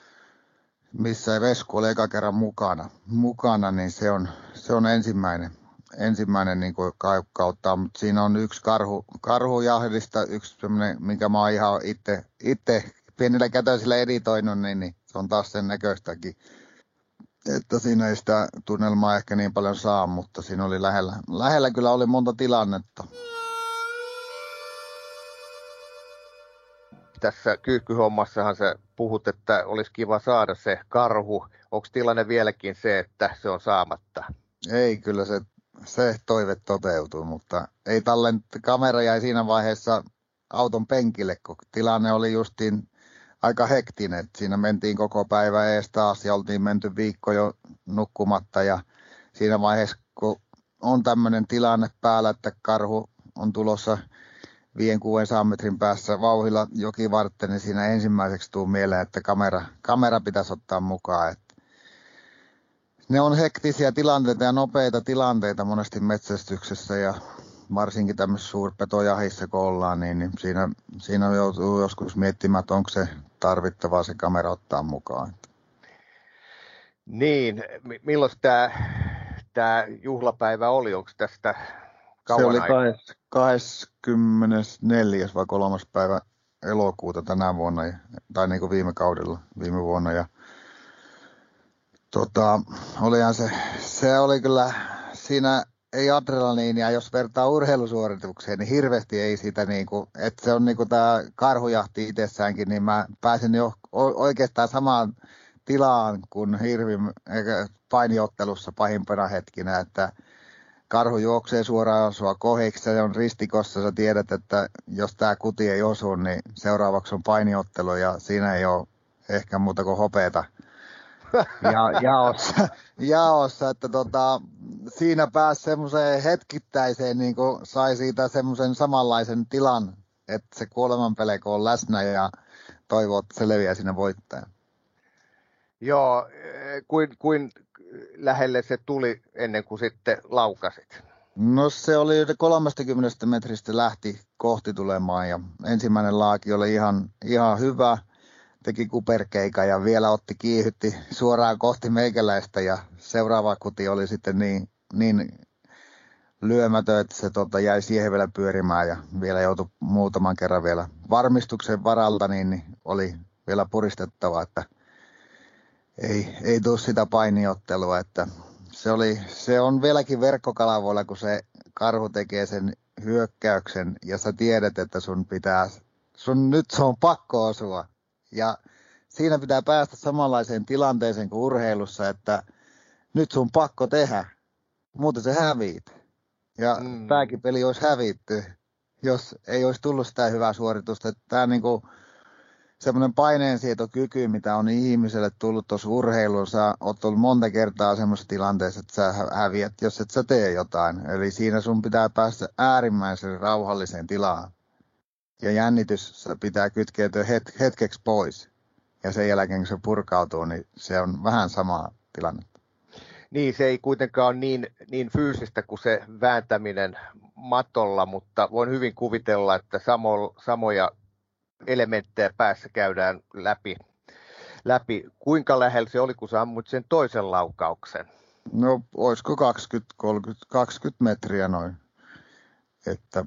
missä Vesku oli eka kerran mukana, mukana niin se on, se on ensimmäinen, ensimmäinen niin kuin kautta, mutta siinä on yksi karhu, karhujahdista, yksi semmoinen, minkä mä oon ihan itse, itse pienillä kätöisillä editoinut, niin, niin se on taas sen näköistäkin. Että siinä ei sitä tunnelmaa ehkä niin paljon saa, mutta siinä oli lähellä, lähellä kyllä oli monta tilannetta. tässä kyyhkyhommassahan sä puhut, että olisi kiva saada se karhu. Onko tilanne vieläkin se, että se on saamatta? Ei, kyllä se, se toive toteutuu, mutta ei tallen, kamera jäi siinä vaiheessa auton penkille, kun tilanne oli justiin aika hektinen. Siinä mentiin koko päivä ees taas ja oltiin menty viikko jo nukkumatta ja siinä vaiheessa, kun on tämmöinen tilanne päällä, että karhu on tulossa viiden kuudensadan metrin päässä vauhdilla jokivarteen, niin siinä ensimmäiseksi tuu mieleen, että kamera, kamera pitäisi ottaa mukaan. Että ne on hektisiä tilanteita ja nopeita tilanteita monesti metsästyksessä ja varsinkin tämmöisessä suurpetojahissa kun ollaan, niin, niin siinä, siinä joutuu joskus miettimään, että onko se tarvittavaa se kamera ottaa mukaan. Niin, milloin tämä, tämä juhlapäivä oli? Onko tästä kauan se oli aikaa? kahdeskymmenesneljäs vai kolmas päivä elokuuta tänä vuonna, tai niin kuin viime kaudella, viime vuonna. Ja, tota, olihan se, se oli kyllä, siinä ei adrenaliinia, jos vertaa urheilusuoritukseen, niin hirveästi ei sitä, niin kuin, että se on niin kuin tämä karhujahti itsessäänkin, niin mä pääsin jo oikeastaan samaan tilaan kuin hirvi painiottelussa pahimpana hetkinä, että karhu juoksee suoraan sua kohiksi, se on ristikossa, sä tiedät, että jos tämä kuti ei osu, niin seuraavaksi on painiottelu ja siinä ei ole ehkä muuta kuin hopeeta ja, jaossa, jaossa, että tota, siinä pääsi semmoiseen hetkittäiseen, niin kuin sai siitä semmoisen samanlaisen tilan, että se kuolemanpeleko on läsnä ja toivoo, että se leviää sinne voittajan. Joo, kuin, kuin lähelle se tuli ennen kuin sitten laukasit? No se oli kolmekymmentä metristä lähti kohti tulemaan ja ensimmäinen laaki oli ihan, ihan hyvä. Teki kuperkeikan ja vielä otti kiihytti suoraan kohti meikäläistä ja seuraava kuti oli sitten niin, niin lyömätön, että se tota, jäi siihen vielä pyörimään ja vielä joutui muutaman kerran vielä varmistuksen varalta, niin, niin oli vielä puristettava, että ei, ei tule sitä painiottelua, että se, oli, se on vieläkin verkkokalavoilla, kun se karhu tekee sen hyökkäyksen ja sä tiedät, että sun pitää, sun nyt se on pakko osua. Ja siinä pitää päästä samanlaiseen tilanteeseen kuin urheilussa, että nyt sun pakko tehdä, muuten se häviit. Ja mm. tämäkin peli olisi hävitty, jos ei olisi tullut sitä hyvää suoritusta. Tämä niinku semmoinen paineensietokyky, mitä on ihmiselle tullut tuossa urheilussa, sä oot ollut monta kertaa semmoisessa tilanteessa, että sä häviät, jos et sä tee jotain. Eli siinä sun pitää päästä äärimmäisen rauhalliseen tilaan. Ja jännitys pitää kytkeytyä het- hetkeksi pois. Ja sen jälkeen, kun se purkautuu, niin se on vähän sama tilanne. Niin, se ei kuitenkaan ole niin, niin fyysistä kuin se vääntäminen matolla, mutta voin hyvin kuvitella, että samo, samoja elementtejä päässä käydään läpi. läpi. Kuinka lähellä se oli, kun sä ammut sen toisen laukauksen? No, olisiko kaksikymmentä kolmekymmentä kaksikymmentä metriä noin. Että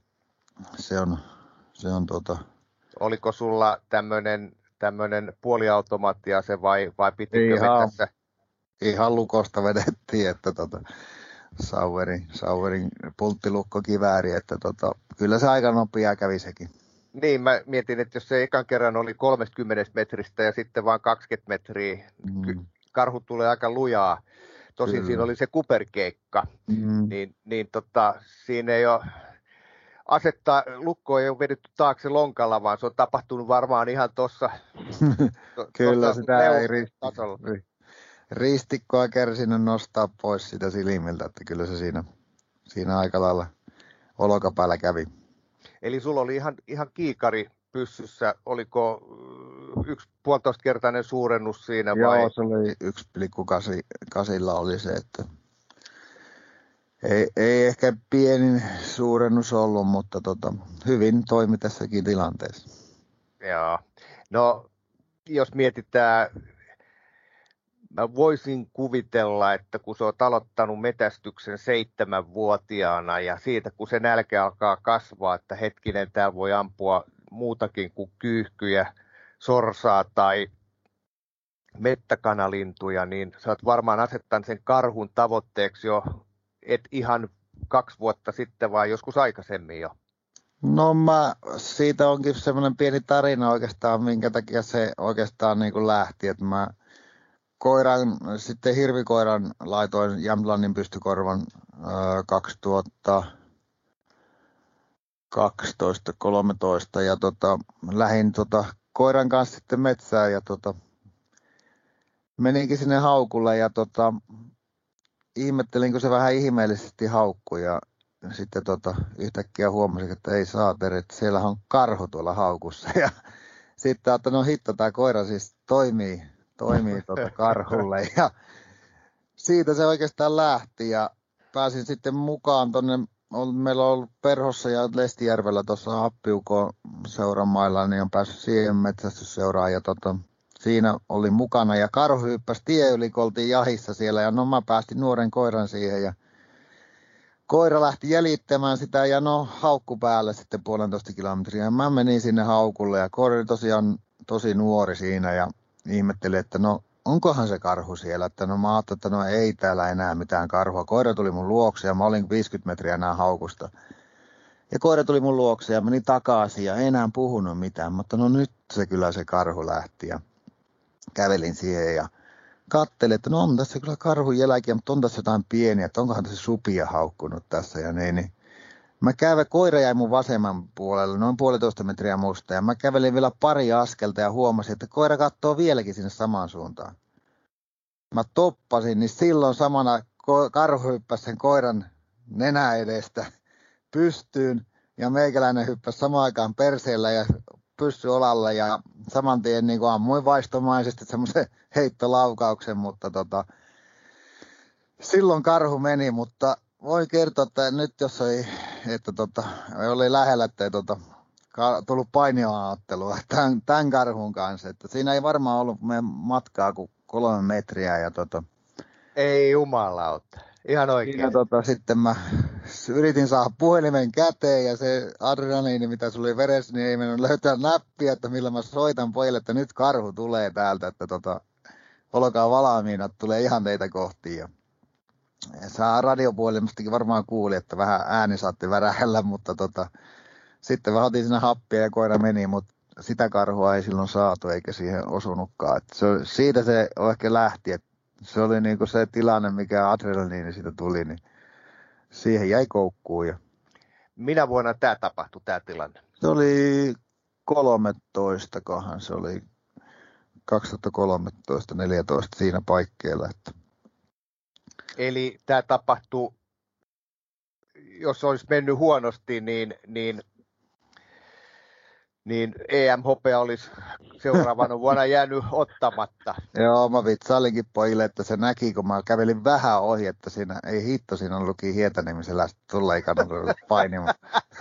se on, se on tota... Oliko sulla tämmöinen tämmöinen puoliautomaattiase vai, vai pitikö ihan, tässä? Ihan lukosta vedettiin, että tota, Sauerin, Sauerin pulttilukkokivääri, että tota, kyllä se aika nopeaa kävi sekin. Niin, mä mietin, että jos se ekan kerran oli kolmekymmentä metristä ja sitten vain kaksikymmentä metriä, mm. karhu tulee aika lujaa. Tosin kyllä. Siinä oli se kuperkeikka, mm. niin, niin tota, siinä ei ole... Asetta lukko ei ole vedetty taakse lonkalla, vaan se on tapahtunut varmaan ihan tuossa Kyllä sitä ei risti, ristikkoa kärsinyt nostaa pois sitä silmiltä, että kyllä se siinä, siinä aika lailla olkapäällä kävi. Eli sulla oli ihan, ihan kiikari pyssyssä, oliko yksi puolitoista kertainen suurennus siinä? Joo, vai? Se oli yksi pilkku kahdeksan oli se, että Ei, ei ehkä pienin suurennus ollut, mutta tota, hyvin toimi tässäkin tilanteessa. Joo. No, jos mietitään, mä voisin kuvitella, että kun sä oot aloittanut metästyksen seitsemänvuotiaana ja siitä kun se nälkä alkaa kasvaa, että hetkinen, tää voi ampua muutakin kuin kyyhkyjä, sorsaa tai mettäkanalintuja, niin sä oot varmaan asettanut sen karhun tavoitteeksi jo et ihan kaksi vuotta sitten, vaan joskus aikaisemmin jo? No mä, siitä onkin semmoinen pieni tarina oikeastaan, minkä takia se oikeastaan niin kuin lähti, että mä koiran, sitten hirvikoiran laitoin Jämtlannin pystykorvan ää, kaksituhattakaksitoista kolmetoista ja tota, lähdin tota, koiran kanssa sitten metsään ja tota, meninkin sinne haukulle ja tota, ihmettelin, kun se vähän ihmeellisesti haukkui ja sitten tota, yhtäkkiä huomasin, että ei saateri, että siellä on karhu tuolla haukussa ja sitten että no hitto, tämä koira siis toimii, toimii tota karhulle ja siitä se oikeastaan lähti ja pääsin sitten mukaan tuonne, meillä on ollut Perhossa ja Lestijärvellä tuossa Happiukon seuramailla, niin on päässyt siihen metsästysseuraan ja tota, siinä oli mukana ja karhu hyppäsi tie yli, kun oltiin jahissa siellä ja no mä päästin nuoren koiran siihen ja koira lähti jäljittämään sitä ja no haukku päälle sitten puolentoista kilometriä ja mä menin sinne haukulle ja koira oli tosiaan tosi nuori siinä ja ihmettelin, että no onkohan se karhu siellä, että no mä ajattelin, että no ei täällä enää mitään karhua. Koira tuli mun luokse ja mä olin viisikymmentä metriä enää haukusta. Ja koira tuli mun luokse ja meni takaisin ja ei enää puhunut mitään, mutta no nyt se kyllä se karhu lähti ja kävelin siihen ja katselin, että no on tässä kyllä karhun jälkiä, mutta on tässä jotain pieniä, että onkohan tässä supia haukkunut tässä ja niin. niin. Mä kävin, koira jäi mun vasemman puolelle, noin puolitoista metriä musta, ja mä kävelin vielä pari askelta ja huomasin, että koira katsoo vieläkin sinne samaan suuntaan. Mä toppasin, niin silloin samana karhu hyppäsi sen koiran nenä edestä pystyyn, ja meikäläinen hyppäsi samaan aikaan perseellä ja pyssy olalle, ja saman tien niin kuin ammuin vaistomaisesti semmoisen heittolaukauksen, mutta tota, silloin karhu meni, mutta voin kertoa, että nyt jos ei, että tota, oli lähellä, että ei tota, tullut painioaattelua tämän, tämän karhun kanssa. Että siinä ei varmaan ollut meidän matkaa kuin kolme metriä. Ja tota, ei jumalauta, ihan oikein. Ja tota, sitten mä yritin saada puhelimen käteen ja se adrenaliini, mitä sulla oli veressä, niin ei mennyt löytää näppiä, että millä mä soitan pojille, että nyt karhu tulee täältä, että tota, olkaa valmiina, että tulee ihan teitä kohti. Ja saa radiopuhelimastakin varmaan kuuli, että vähän ääni saatti värähellä, mutta tota, sitten vähän otin siinä happia ja koira meni, mutta sitä karhua ei silloin saatu eikä siihen osunutkaan. Et se, siitä se ehkä lähti, että se oli niinku se tilanne, mikä adrenaliini siitä tuli, niin siihen jäi koukkuun. Ja minä vuonna tämä tapahtui, tämä tilanne? Se oli kolmetoista, kohan se oli kaksituhattakolmetoista neljätoista siinä paikkeilla, että eli tämä tapahtuu, jos olisi mennyt huonosti, niin, niin, niin E M-hopea olisi seuraavana vuonna jäänyt ottamatta. Joo, mä vitsailinkin pojille, että se näki, kun mä kävelin vähän ohi, että siinä ei hitto, siinä luki Hietaniemi, se lähti tulla ei kannata painimaan.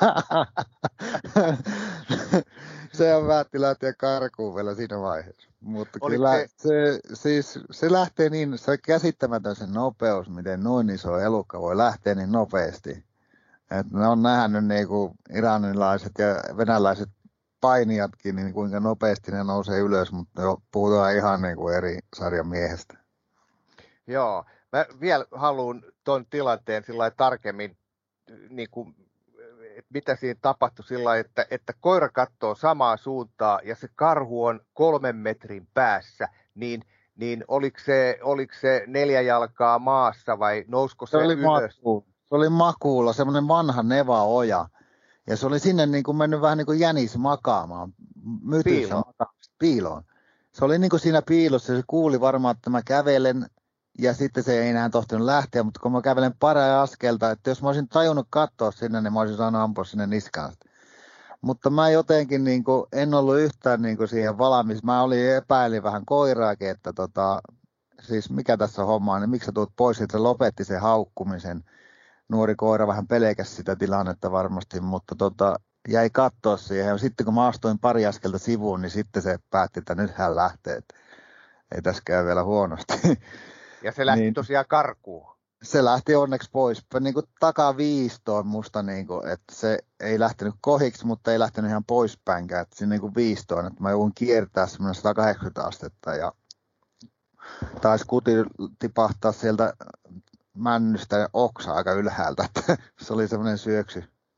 Se on päätti lähteä karkuun vielä siinä vaiheessa. Mutta Oliko kyllä se... Se, siis, se lähtee niin, se on käsittämätön se nopeus, miten noin iso elukka voi lähteä niin nopeasti. Et ne on nähnyt niinku iranilaiset ja venäläiset painijatkin, niin kuinka nopeasti ne nousee ylös, mutta jo puhutaan ihan niinku eri sarjan miehestä. Joo, mä vielä haluan tuon tilanteen sillä tarkemmin, niin kuin, että mitä siinä tapahtui sillä että, että koira katsoo samaa suuntaa ja se karhu on kolmen metrin päässä, niin, niin oliko, se, oliko se neljä jalkaa maassa vai nousko se, se oli ylös? Maku. Se oli makuulla, semmoinen vanha nevaoja. Ja se oli sinne niin kuin mennyt vähän niin kuin jänis makaamaan. Piiloon. Piiloon. Se oli niin kuin siinä piilossa, se kuuli varmaan, että mä kävelen ja sitten se ei enää tohtinut lähteä, mutta kun mä kävelen pari askelta, että jos mä olisin tajunnut katsoa sinne, niin mä olisin saanut ampua sinne niskaan. Mutta mä jotenkin niin kuin, en ollut yhtään niin kuin siihen valmis. Mä olin epäilin vähän koiraakin, että tota, siis mikä tässä on hommaa, niin miksi sä tuut pois, että se lopetti sen haukkumisen. Nuori koira vähän pelkäsi sitä tilannetta varmasti, mutta tota, jäi katsoa siihen. Ja sitten kun mä astuin pari askelta sivuun, niin sitten se päätti, että nyt hän lähtee. Että ei tässä käy vielä huonosti. Ja se lähti niin, tosiaan karkuun. Se lähti onneksi pois. Niin kuin takaviistoon musta, niin kuin, että se ei lähtenyt kohiksi, mutta ei lähtenyt ihan poispäinkään. Että siinä niin kuin viistoon, että mä joudun kiertää semmoinen sata kahdeksankymmentä astetta ja taisi kuti tipahtaa sieltä männystä oksa aika ylhäältä. Se oli semmoinen syöksy,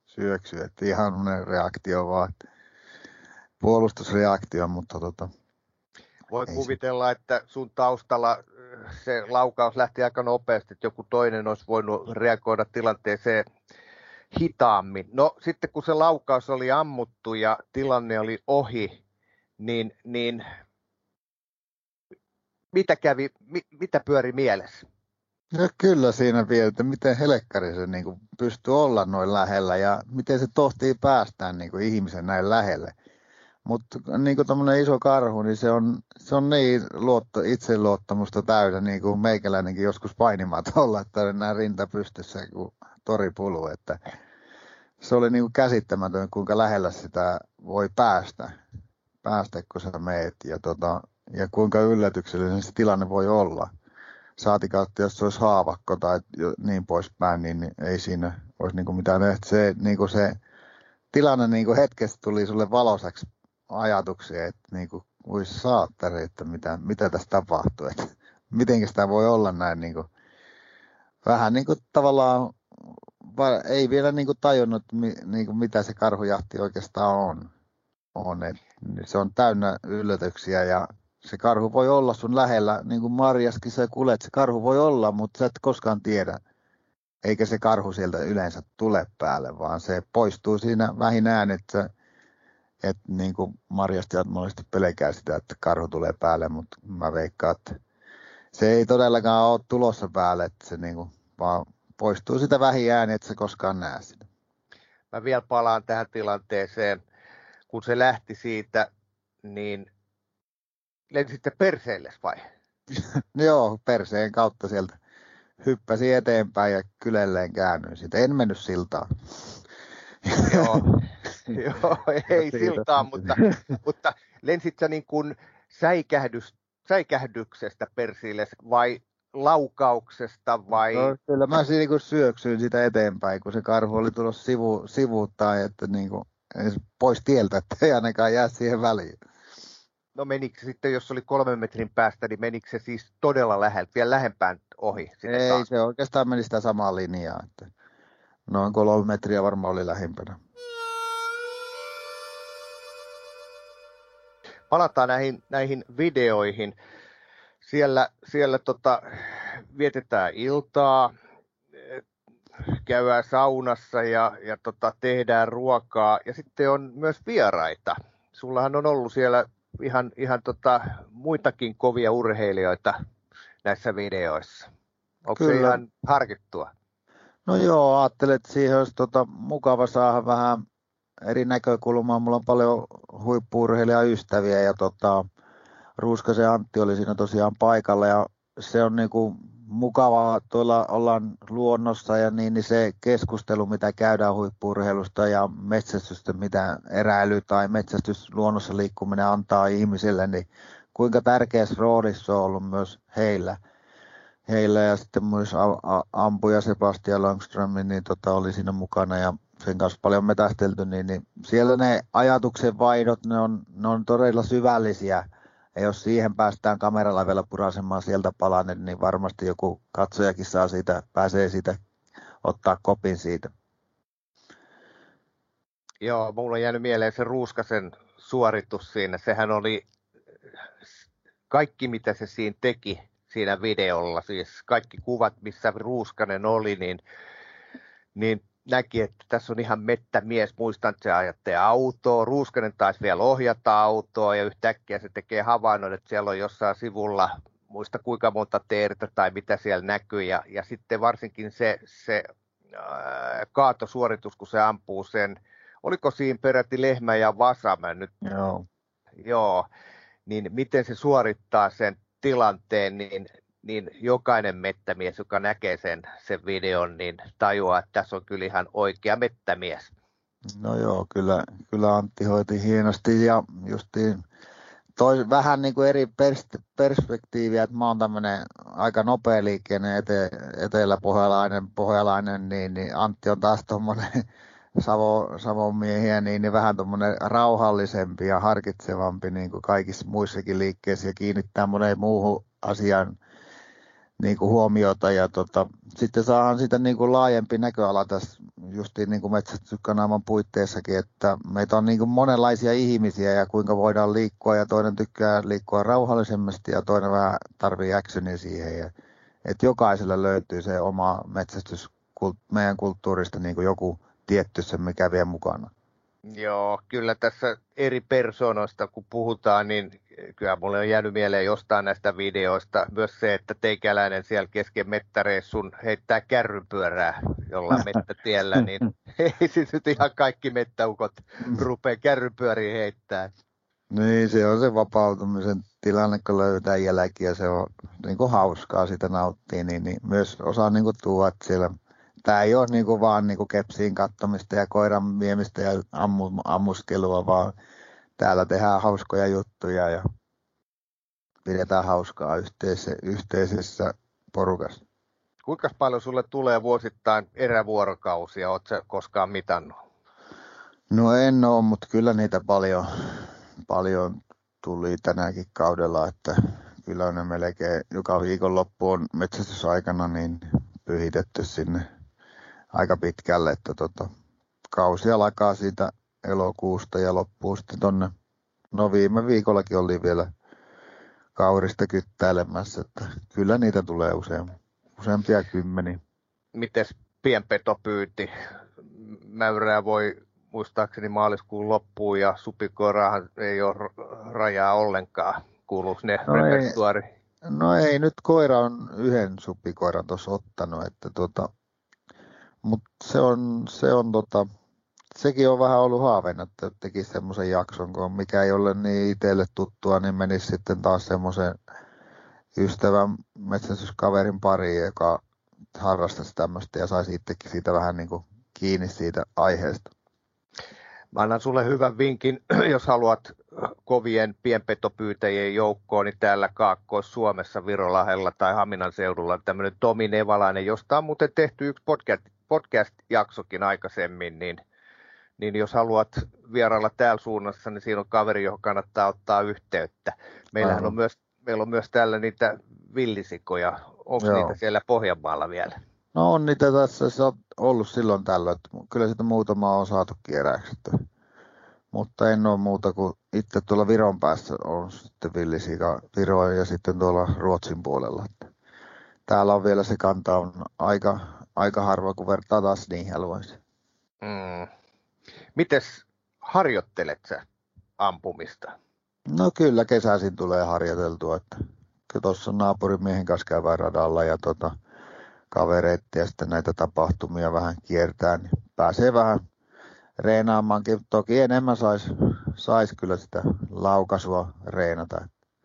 syöksy, että ihan reaktio vaan, puolustusreaktio, mutta tota, voi kuvitella, se... että sun taustalla se laukaus lähti aika nopeasti, että joku toinen olisi voinut reagoida tilanteeseen hitaammin. No sitten kun se laukaus oli ammuttu ja tilanne oli ohi, niin, niin mitä kävi, mi, mitä pyöri mielessä? No kyllä siinä vielä, että miten helkkari se niin kuin pystyy olla noin lähellä ja miten se tohtii päästään niin kuin ihmisen näin lähelle. Mutta niin kuin tämmöinen iso karhu, niin se on, se on niin luotto, itseluottamusta täynnä, niin kuin meikäläinenkin joskus painimatolla, että oli nämä rinta pystyssä kuin toripulu. Että se oli niin kuin käsittämätön, kuinka lähellä sitä voi päästä, päästä kun sä meet ja, tota, ja kuinka yllätyksellinen se tilanne voi olla. Saatikautta, jos se olisi haavakko tai niin poispäin, niin ei siinä olisi niin kuin mitään tehty. Se, niin kuin se tilanne niin kuin hetkessä tuli sulle valoisaksi ajatuksia, että niin kuin, ui saattari, että mitä, mitä tässä tapahtuu, että miten sitä voi olla näin niin kuin, vähän niin kuin tavallaan ei vielä niin kuin tajunnut, niin kuin, mitä se karhujahti oikeastaan on. on että se on täynnä yllätyksiä ja se karhu voi olla sun lähellä, niin kuin Marjaskin sä kuulet, se karhu voi olla, mutta sä et koskaan tiedä, eikä se karhu sieltä yleensä tule päälle, vaan se poistuu siinä vähinään, että, että niin kuin Marjasti mahdollisesti pelkää sitä, että karhu tulee päälle, mutta mä veikkaan, että se ei todellakaan ole tulossa päälle, että se niin kuin vaan poistuu sitä vähiään, että se koskaan näe sitä. Mä vielä palaan tähän tilanteeseen, kun se lähti siitä, niin lensitte perseilles vai? Joo, perseen kautta sieltä hyppäsin eteenpäin ja kylelleen käännyin siitä. En mennyt siltaan. Joo, joo, ei siltaan, mutta, mutta lensit sä niin kuin säikähdys, säikähdyksestä perseilles vai laukauksesta vai? No, kyllä mä siinä niin syöksyin sitä eteenpäin, kun se karhu oli tullut sivu, sivuuttaan, että niin kuin, pois tieltä, että ei ainakaan jää siihen väliin. No menikö sitten, jos oli kolmen metrin päästä, niin menikö se siis todella läheltä, vielä lähempään ohi? Ei, taas? Se oikeastaan meni sitä samaa linjaa, että noin kolme metriä varmaan oli lähimpänä. Palataan näihin, näihin videoihin. Siellä, siellä tota, vietetään iltaa, käydään saunassa ja, ja tota, tehdään ruokaa ja sitten on myös vieraita. Sullahan on ollut siellä ihan, ihan tota, muitakin kovia urheilijoita näissä videoissa. Onko se ihan harkittua? No joo, ajattelin, että siihen olisi tota, mukava saada vähän eri näkökulmaa. Mulla on paljon huippu-urheilijaystäviä ja tota, Ruuskasen Antti oli siinä tosiaan paikalla ja se on niinku mukavaa, tuolla ollaan luonnossa ja niin, niin se keskustelu, mitä käydään huippu-urheilusta ja metsästystä, mitä eräily tai metsästys luonnossa liikkuminen antaa ihmisille, niin kuinka tärkeässä roolissa on ollut myös heillä. Heillä ja sitten myös ampuja Sebastian Longström niin tota, oli siinä mukana ja sen kanssa paljon metästelty, niin, niin siellä ne ajatuksen vaihdot, ne on, ne on todella syvällisiä. Ja jos siihen päästään kameralla vielä purasemaan sieltä palanen, niin varmasti joku katsojakin saa siitä, pääsee siitä ottaa kopin siitä. Joo, mulla on jäänyt mieleen se Ruuskasen suoritus siinä. Sehän oli kaikki, mitä se siinä teki siinä videolla. Siis kaikki kuvat, missä Ruuskanen oli, niin, niin näki, että tässä on ihan mettämies. Muistan, että se ajatte autoa. Ruuskanen taisi vielä ohjata autoa ja yhtäkkiä se tekee havainnon, että siellä on jossain sivulla, muista kuinka monta teertä tai mitä siellä näkyy. Ja, ja sitten varsinkin se, se ää, kaatosuoritus, kun se ampuu sen, oliko siinä peräti lehmä ja vasa, mä nyt, Joo. Joo, niin miten se suorittaa sen tilanteen, niin niin jokainen mettämies, joka näkee sen, sen videon, niin tajuaa, että tässä on kyllä ihan oikea mettämies. No joo, kyllä, kyllä Antti hoiti hienosti ja justiin toi vähän niin kuin eri pers- perspektiiviä, että mä oon tämmöinen aika nopea liikkeinen ete- eteläpohjalainen, pohjalainen, niin, niin Antti on taas tommoinen Savo, Savon miehiä, niin, niin vähän tommoinen rauhallisempi ja harkitsevampi niin kuin kaikissa muissakin liikkeissä ja kiinnittää moneen muuhun asiaan niin kuin huomiota ja tota, sitten saadaan sitä niin kuin laajempi näköala tässä justiin niin kuin metsästyskanavan puitteissakin, että meitä on niin kuin monenlaisia ihmisiä ja kuinka voidaan liikkua ja toinen tykkää liikkua rauhallisemmasti ja toinen vähän tarvii actionia siihen. Ja, että jokaisella löytyy se oma metsästys meidän kulttuurista niin kuin joku tietty se, mikä vie mukana. Joo, kyllä tässä eri persoonoista kun puhutaan, niin kyllä mulle on jäänyt mieleen jostain näistä videoista myös se, että teikäläinen siellä kesken mettäreissun heittää kärrypyörää jollain mettätiellä, niin ei siis nyt ihan kaikki mettäukot rupea kärrypyöriin heittämään. Niin, se on se vapautumisen tilanne, kun löytää jälkiä, se on niin kuin hauskaa, sitä nauttii, niin, niin myös osaa niin kuin tuoda siellä. Tämä ei ole niin kuin vaan niin kuin kepsiin kattomista ja koiran viemistä ja ammu, ammuskelua, vaan täällä tehdään hauskoja juttuja ja pidetään hauskaa yhteisessä, yhteisessä porukassa. Kuinka paljon sulle tulee vuosittain erävuorokausia? Oletko koskaan mitannut? No en ole, mutta kyllä niitä paljon, paljon tuli tänäkin kaudella, että kyllä ne melkein joka viikonloppu on metsästysaikana niin pyhitetty sinne aika pitkälle, että tota, kausi alkaa siitä elokuusta ja loppuu sitten tonne, no viime viikollakin oli vielä kaurista kyttäilemässä, että kyllä niitä tulee useammin, useampia kymmeniä. Mites pienpetopyynti? Mäyrää voi muistaakseni maaliskuun loppuun ja supikoirahan ei ole rajaa ollenkaan. Kuuluuko ne no repertuaari? Ei, no ei, nyt koira on yhden supikoiran tuossa ottanut, että tota, mutta se on, se on tota, sekin on vähän ollut haaveena, että tekisi semmoisen jakson, kun mikä ei ole niin itselle tuttua, niin menisi sitten taas semmoisen ystävän metsästyskaverin pariin, joka harrastaisi tämmöistä ja saisi itsekin siitä vähän niin kuin kiinni siitä aiheesta. Mä annan sulle hyvän vinkin, jos haluat kovien pienpetopyytäjien joukkoon, niin täällä Kaakkois-Suomessa, Virolahdella tai Haminan seudulla on tämmöinen Tomi Nevalainen, josta on muuten tehty yksi podcast, podcast-jaksokin aikaisemmin, niin, niin jos haluat vierailla täällä suunnassa, niin siinä on kaveri, johon kannattaa ottaa yhteyttä. Meillähän on myös, meillä on myös täällä niitä villisikoja. Onko Joo. niitä siellä Pohjanmaalla vielä? No on niitä tässä se on ollut silloin tällöin, että kyllä sitä muutama on saatu kierääksi. Mutta en ole muuta kuin itse tuolla Viron päässä on sitten villisika Viro ja sitten tuolla Ruotsin puolella. Täällä on vielä se kanta on aika, aika harva, kun vertaa taas niihin alueisiin. Mm. Mites harjoittelet sä ampumista? No kyllä kesäisin tulee harjoiteltua, että tuossa naapurimiehen kanssa käydään radalla ja tota, kavereita ja sitten näitä tapahtumia vähän kiertää, niin pääsee vähän reenaamaankin. Toki enemmän saisi sais kyllä sitä laukaisua reenata.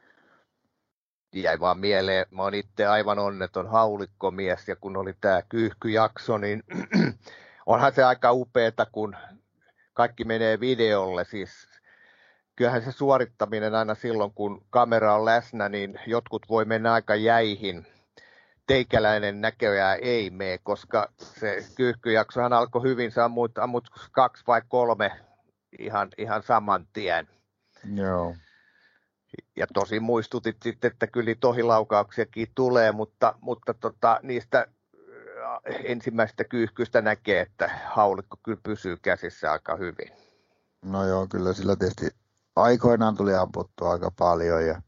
Jäi vaan mieleen, mä oon itse aivan onneton haulikkomies ja kun oli tää kyyhkyjakso, niin onhan se aika upeeta, kun kaikki menee videolle. Siis kyllähän se suorittaminen aina silloin, kun kamera on läsnä, niin jotkut voi mennä aika jäihin. Teikäläinen näköjään ei mene, koska se kyyhkyjaksohan alkoi hyvin, sä ammut, ammut kaksi vai kolme ihan, ihan saman tien. Joo. Ja tosi muistutit sitten, että kyllä tohilaukauksiakin tulee, mutta, mutta tota, niistä ensimmäistä kyyhkyistä näkee, että haulikko kyllä pysyy käsissä aika hyvin. No joo, kyllä sillä tietysti aikoinaan tuli amputtua aika paljon, ja,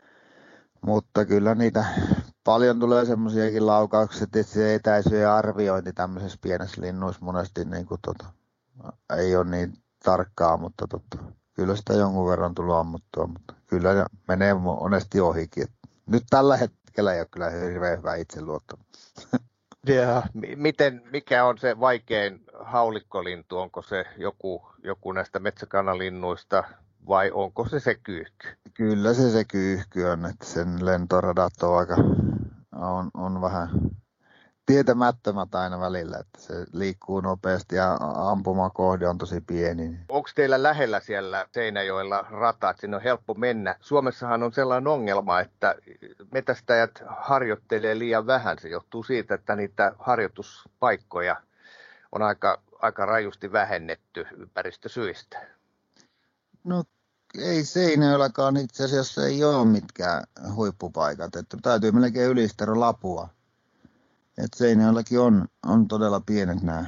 mutta kyllä niitä paljon tulee semmoisiakin laukauksia, että se etäisyyden arviointi tämmöisessä pienessä linnuissa monesti niin kuin, tota, ei ole niin tarkkaa, mutta tota, kyllä sitä jonkun verran tullut ammuttua, mutta kyllä menee monesti ohikin. Nyt tällä hetkellä ei ole kyllä hirveän hyvä itseluottamus. Ja miten, mikä on se vaikein haulikkolintu? Onko se joku, joku näistä metsäkanalinnuista vai onko se se kyyhky? Kyllä se se kyyhky on, että sen lentoradat on aika, on, on vähän tietämättömät aina välillä, että se liikkuu nopeasti ja ampumakohde on tosi pieni. Onko teillä lähellä siellä Seinäjoella rata, että sinne on helppo mennä? Suomessahan on sellainen ongelma, että metästäjät harjoittelee liian vähän. Se johtuu siitä, että niitä harjoituspaikkoja on aika, aika rajusti vähennetty ympäristösyistä. No ei Seinäjoellakaan itse asiassa ei ole mitkään huippupaikat, että täytyy melkein ylistää lapua. Et Seinäjoellakin on, on todella pienet nämä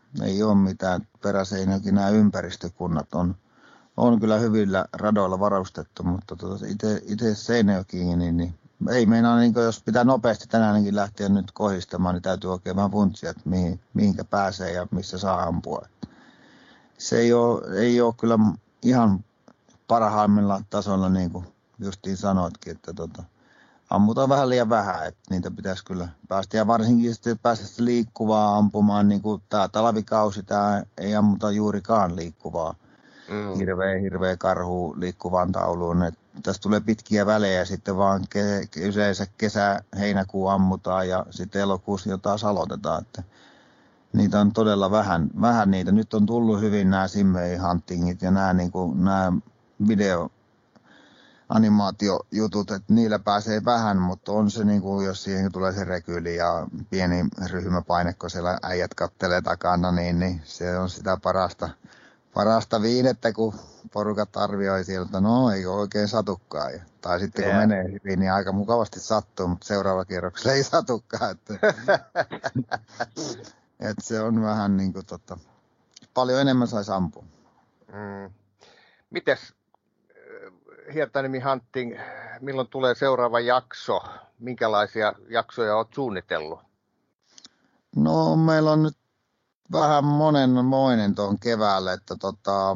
ei ole mitään. Peräseinäkin nämä ympäristökunnat on, on kyllä hyvillä radoilla varustettu, mutta tuota, itse Seinäjokiin, niin, niin ei meinaa, niin jos pitää nopeasti tänäänkin lähteä nyt kohistamaan, niin täytyy oikein vähän funtsia, että mihin, mihinkä pääsee ja missä saa ampua. Se ei ole, ei ole kyllä ihan parhaimmilla tasolla, niin kuin justiin sanoitkin, että tota, ammutaan vähän liian vähän, että niitä pitäisi kyllä päästä. Ja varsinkin sitten päästä liikkuvaa ampumaan, niin kuin tämä talvikausi, tämä ei ammuta juurikaan liikkuvaa. Mm. Hirveä, hirveä karhu liikkuvaan tauluun. Et tässä tulee pitkiä välejä, sitten vaan ke- yleensä kesä, heinäkuu ammutaan ja sitten elokuussa jo taas aloitetaan. Että niitä on todella vähän, vähän niitä. Nyt on tullut hyvin nämä Simmei huntingit ja nämä, niin kuin, nämä video animaatiojutut, että niillä pääsee vähän, mutta on se, niin kuin, jos siihen tulee se rekyyli ja pieni ryhmäpaine, kun siellä äijät kattelee takana, niin, niin se on sitä parasta, parasta viinettä, kun porukat arvioi sieltä, no ei oikein satukaan. Ja, tai sitten kun yeah. menee hyvin, niin aika mukavasti sattuu, mutta seuraava kierroksella ei satukaan. Että, että se on vähän niin kuin, tota, paljon enemmän saisi ampua. Mm. Mites Hietaniemen Hunting, milloin tulee seuraava jakso? Minkälaisia jaksoja olet suunnitellut? No meillä on nyt vähän monenmoinen tuon keväälle, että tota,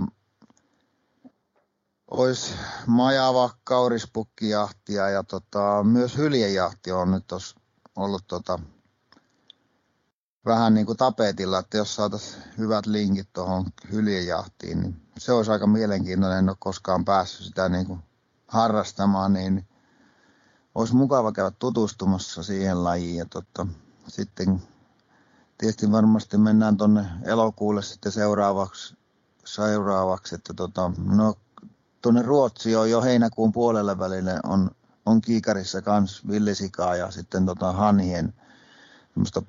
olisi majava, kaurispukkijahtia ja tota, myös hyljejahti on nyt ollut tota, vähän niin kuin tapetilla, että jos saataisiin hyvät linkit tuohon hyljejahtiin, niin se olisi aika mielenkiintoinen, en ole koskaan päässyt sitä niin kuin harrastamaan, niin olisi mukava käydä tutustumassa siihen lajiin. Ja tota, sitten tietysti varmasti mennään tuonne elokuulle sitten seuraavaksi, seuraavaksi että tota, no tuonne Ruotsiin on jo heinäkuun puolelle välille on, on kiikarissa kans villisikaa ja sitten tota hanhien semmoista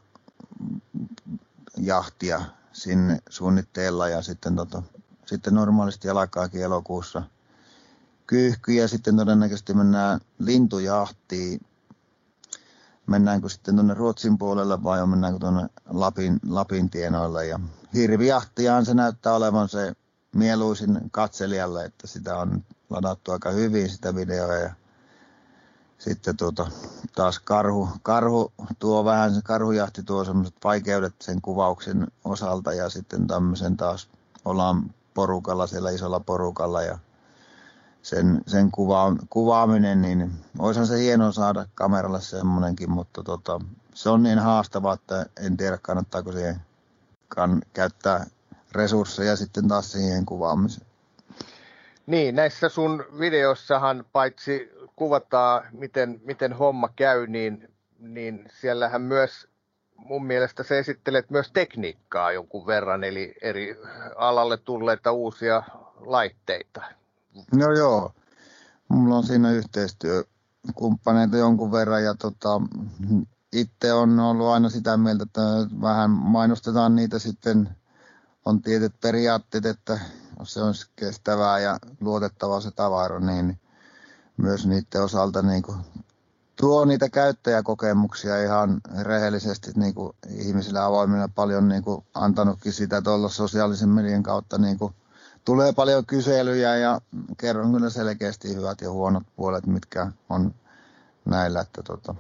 poistojahtia sinne suunnitteilla ja sitten, tota, sitten normaalisti alkaakin elokuussa kyyhky ja sitten todennäköisesti mennään lintujahtiin. Mennäänkö sitten tuonne Ruotsin puolelle vai mennäänkö tuonne Lapin, Lapin tienoille. Ja hirvijahtiaan se näyttää olevan se mieluisin katselijalle, että sitä on ladattu aika hyvin sitä videoa. Ja sitten tuota, taas karhu, karhu tuo vähän, se karhujahti tuo semmoiset vaikeudet sen kuvauksen osalta ja sitten tämmöisen taas ollaan porukalla, siellä isolla porukalla ja sen, sen kuva, kuvaaminen, niin olisihan se hienoa saada kameralle semmoinenkin, mutta tota, se on niin haastavaa, että en tiedä kannattaako siihen kan, käyttää resursseja sitten taas siihen kuvaamiseen. Niin, näissä sun videossahan paitsi kuvataan, miten, miten homma käy, niin, niin siellähän myös mun mielestä sä esittelet myös tekniikkaa jonkun verran, eli eri alalle tulleita uusia laitteita. No joo, mulla on siinä yhteistyökumppaneita jonkun verran ja tota, itse on ollut aina sitä mieltä, että vähän mainostetaan niitä sitten, on tietyt periaatteet, että se on kestävää ja luotettavaa se tavara, niin myös niiden osalta niin kuin tuo niitä käyttäjäkokemuksia ihan rehellisesti niin kuin ihmisille avoimille paljon niin kuin antanutkin sitä tuolla sosiaalisen median kautta. Niin kuin tulee paljon kyselyjä ja kerron kyllä selkeästi hyvät ja huonot puolet, mitkä on näillä. Että tota.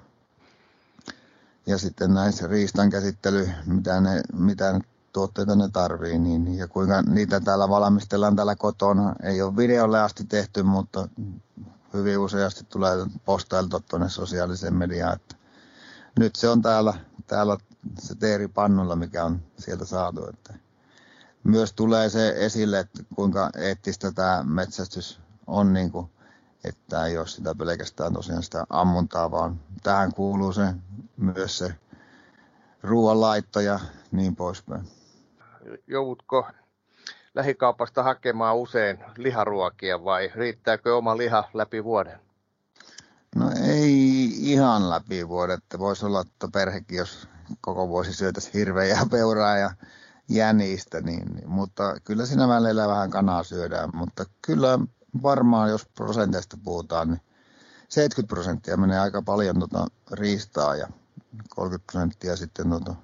Ja sitten näissä riistan käsittely, mitä, ne, mitä tuotteita ne tarvii, niin, ja kuinka niitä täällä valmistellaan täällä kotona. Ei ole videolle asti tehty, mutta hyvin useasti tulee postailtua tuonne sosiaaliseen mediaan. Että nyt se on täällä, täällä se teeri pannulla, mikä on sieltä saatu. Että myös tulee se esille, että kuinka eettistä tämä metsästys on, niin kuin, että ei ole sitä pelkästään tosiaan sitä ammuntaa, vaan tähän kuuluu se, myös se ruoanlaitto ja niin poispäin. Joudutko lähikaupasta hakemaan usein liharuokia vai riittääkö oma liha läpi vuoden? No ei ihan läpi vuoden. Voisi olla, että perhekin, jos koko vuosi syötäisiin hirveä ja peuraa ja jänistä, niin, niin, mutta kyllä siinä välillä vähän kanaa syödään. Mutta kyllä varmaan, jos prosenteista puhutaan, niin seitsemänkymmentä prosenttia menee aika paljon tota riistaa ja kolmekymmentä prosenttia sitten tota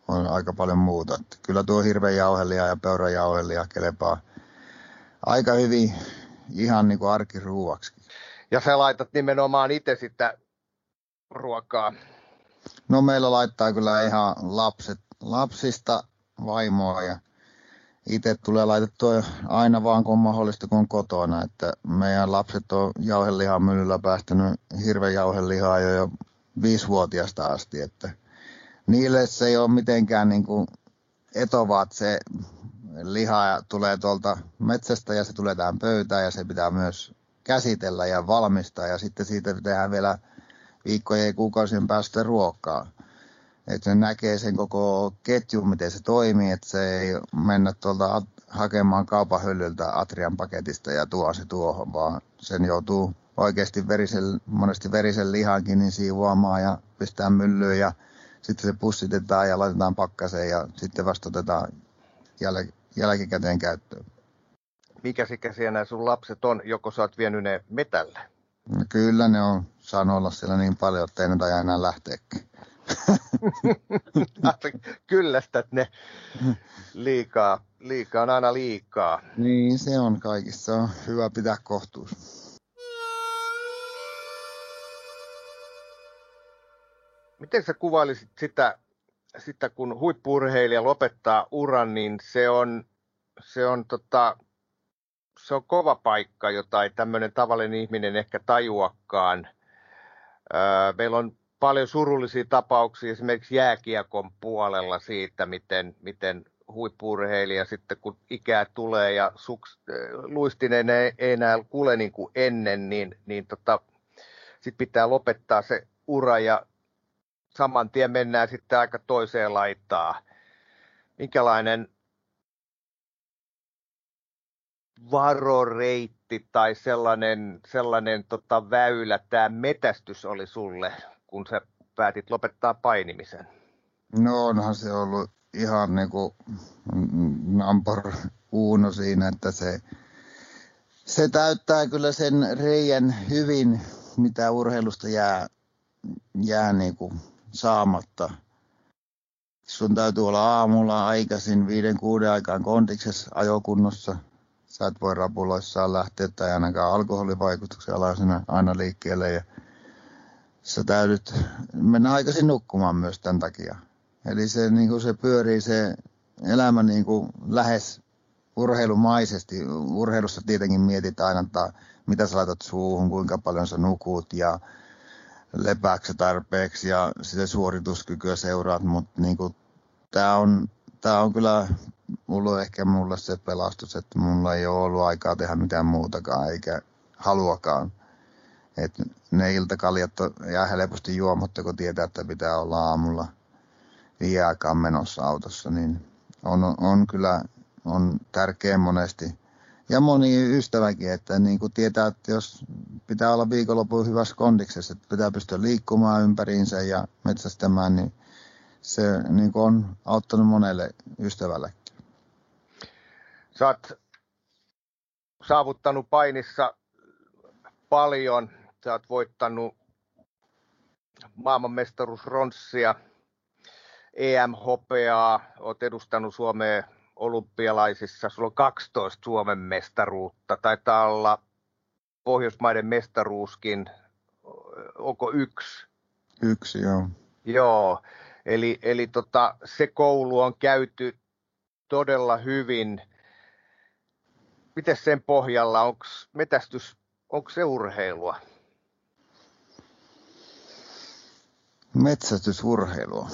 on aika paljon muuta. Että kyllä tuo hirvenjauhelia ja peurajauhelia kelepaa aika hyvin ihan niin kuin arkiruuaksi. Ja sä laitat nimenomaan itse sitä ruokaa? No meillä laittaa kyllä ihan lapset, lapsista vaimoa ja itse tulee laitettua aina vaan kun on mahdollista kun on kotona. Että meidän lapset on jauhelihan myllyllä päästänyt hirvenjauhelihaa jo, jo viisivuotiaasta asti. Että niille se ei ole mitenkään niin kuin etovat se liha tulee tuolta metsästä ja se tulee tähän pöytään ja se pitää myös käsitellä ja valmistaa ja sitten siitä tehdään vielä viikkojen ja kuukausien päästä ruokaa. Että se näkee sen koko ketjun, miten se toimii, että se ei mennä tuolta hakemaan kaupan hyllyltä Atrian paketista ja tuo se tuohon, vaan sen joutuu oikeasti verisen, monesti verisen lihankin niin siivoamaan ja pistää myllyyn ja sitten se pussitetaan ja laitetaan pakkaseen ja sitten vasta otetaan jäl- jälkikäteen käyttöön. Mikä ikäisiä nämä sun lapset on, joko sä oot vienyt ne metälle? No kyllä ne on saanut olla siellä niin paljon, että ei ne taida enää lähteäkin. Kyllästät ne liikaa, liikaa on aina liikaa. Niin se on kaikissa, on hyvä pitää kohtuus. Miten sä kuvailisit sitä, sitä kun huippu-urheilija lopettaa uran, niin se on, se on, tota, se on kova paikka, jota ei tämmöinen tavallinen ihminen ehkä tajuakaan. Öö, meillä on paljon surullisia tapauksia esimerkiksi jääkiekon puolella siitä, miten, miten huippu-urheilija sitten kun ikää tulee ja suks, luistinen ei, ei enää kule niin kuin ennen, niin, niin tota, sitten pitää lopettaa se ura ja saman tien mennään sitten aika toiseen laitaan. Minkälainen varoreitti tai sellainen, sellainen tota väylä tämä metästys oli sulle, kun sä päätit lopettaa painimisen? No onhan se ollut ihan niin kuin number uno siinä, että se, se täyttää kyllä sen reijän hyvin, mitä urheilusta jää, jää niin kuin saamatta. Sun täytyy olla aamulla aikaisin viiden kuuden aikaan kondiksessa ajokunnossa. Sä et voi rapuloissaan lähteä tai ainakaan alkoholivaikutuksen alaisena aina liikkeelle. Ja sä täydyt mennä aikaisin nukkumaan myös tämän takia. Eli se, niin kuin se pyörii se elämä niin kuin lähes urheilumaisesti. Urheilussa tietenkin mietitään aina, että mitä sä laitat suuhun, kuinka paljon sä nukut ja lepääksä tarpeeksi ja sitä suorituskykyä seuraat. Mutta niin tämä on, tää on kyllä mulla on ehkä mulla se pelastus, että mulla ei ole ollut aikaa tehdä mitään muutakaan eikä haluakaan. Et ne iltakaljat jää helposti juomatta, kun tietää, että pitää olla aamulla viiden aikaan menossa autossa, niin on, on kyllä on tärkeä monesti. Ja moni ystäväkin, että niin kuin tietää, että jos pitää olla viikonlopun hyvässä kondiksessa, että pitää pystyä liikkumaan ympäriinsä ja metsästämään, niin se niin kuin on auttanut monelle ystävällekin. Sä oot saavuttanut painissa paljon. Sä oot voittanut maailmanmestaruusronssia, E M-hopeaa, oot edustanut Suomea olympialaisissa. Sulla on kaksitoista Suomen mestaruutta. Taitaa olla Pohjoismaiden mestaruuskin. Onko yksi? Yksi, joo. Joo, eli, eli tota, se koulu on käyty todella hyvin. Miten sen pohjalla, onko metästys, onko se urheilua? Metsästysurheilua?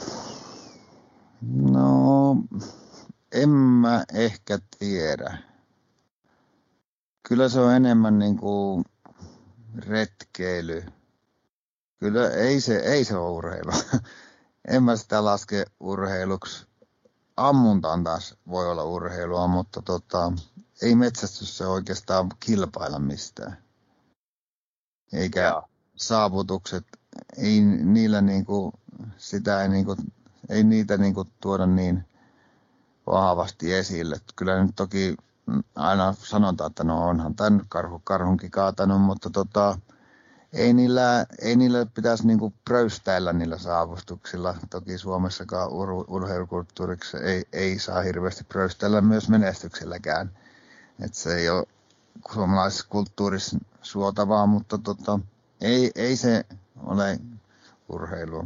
No, en mä ehkä tiedä. Kyllä se on enemmän niin kuin retkeily. Kyllä ei se, ei se ole urheilu. En mä sitä laske urheiluksi. Ammuntaan taas voi olla urheilua, mutta tota, ei metsästyssä oikeastaan kilpailla mistään. Eikä ja. Saavutukset, ei niillä niinku, sitä ei, niinku, ei niitä niinku tuoda niin vahvasti esille. Kyllä nyt toki aina sanotaan, että no onhan tämän karhu karhunkin kaatanut, mutta tota, ei niillä, ei niillä pitäisi niinku pröystäillä niillä saavustuksilla. Toki Suomessakaan ur, urheilukulttuuriksi ei, ei saa hirveästi pröystäillä myös menestykselläkään. Et se ei ole suomalaisessa kulttuurissa suotavaa, mutta tota, ei, ei se ole urheilua.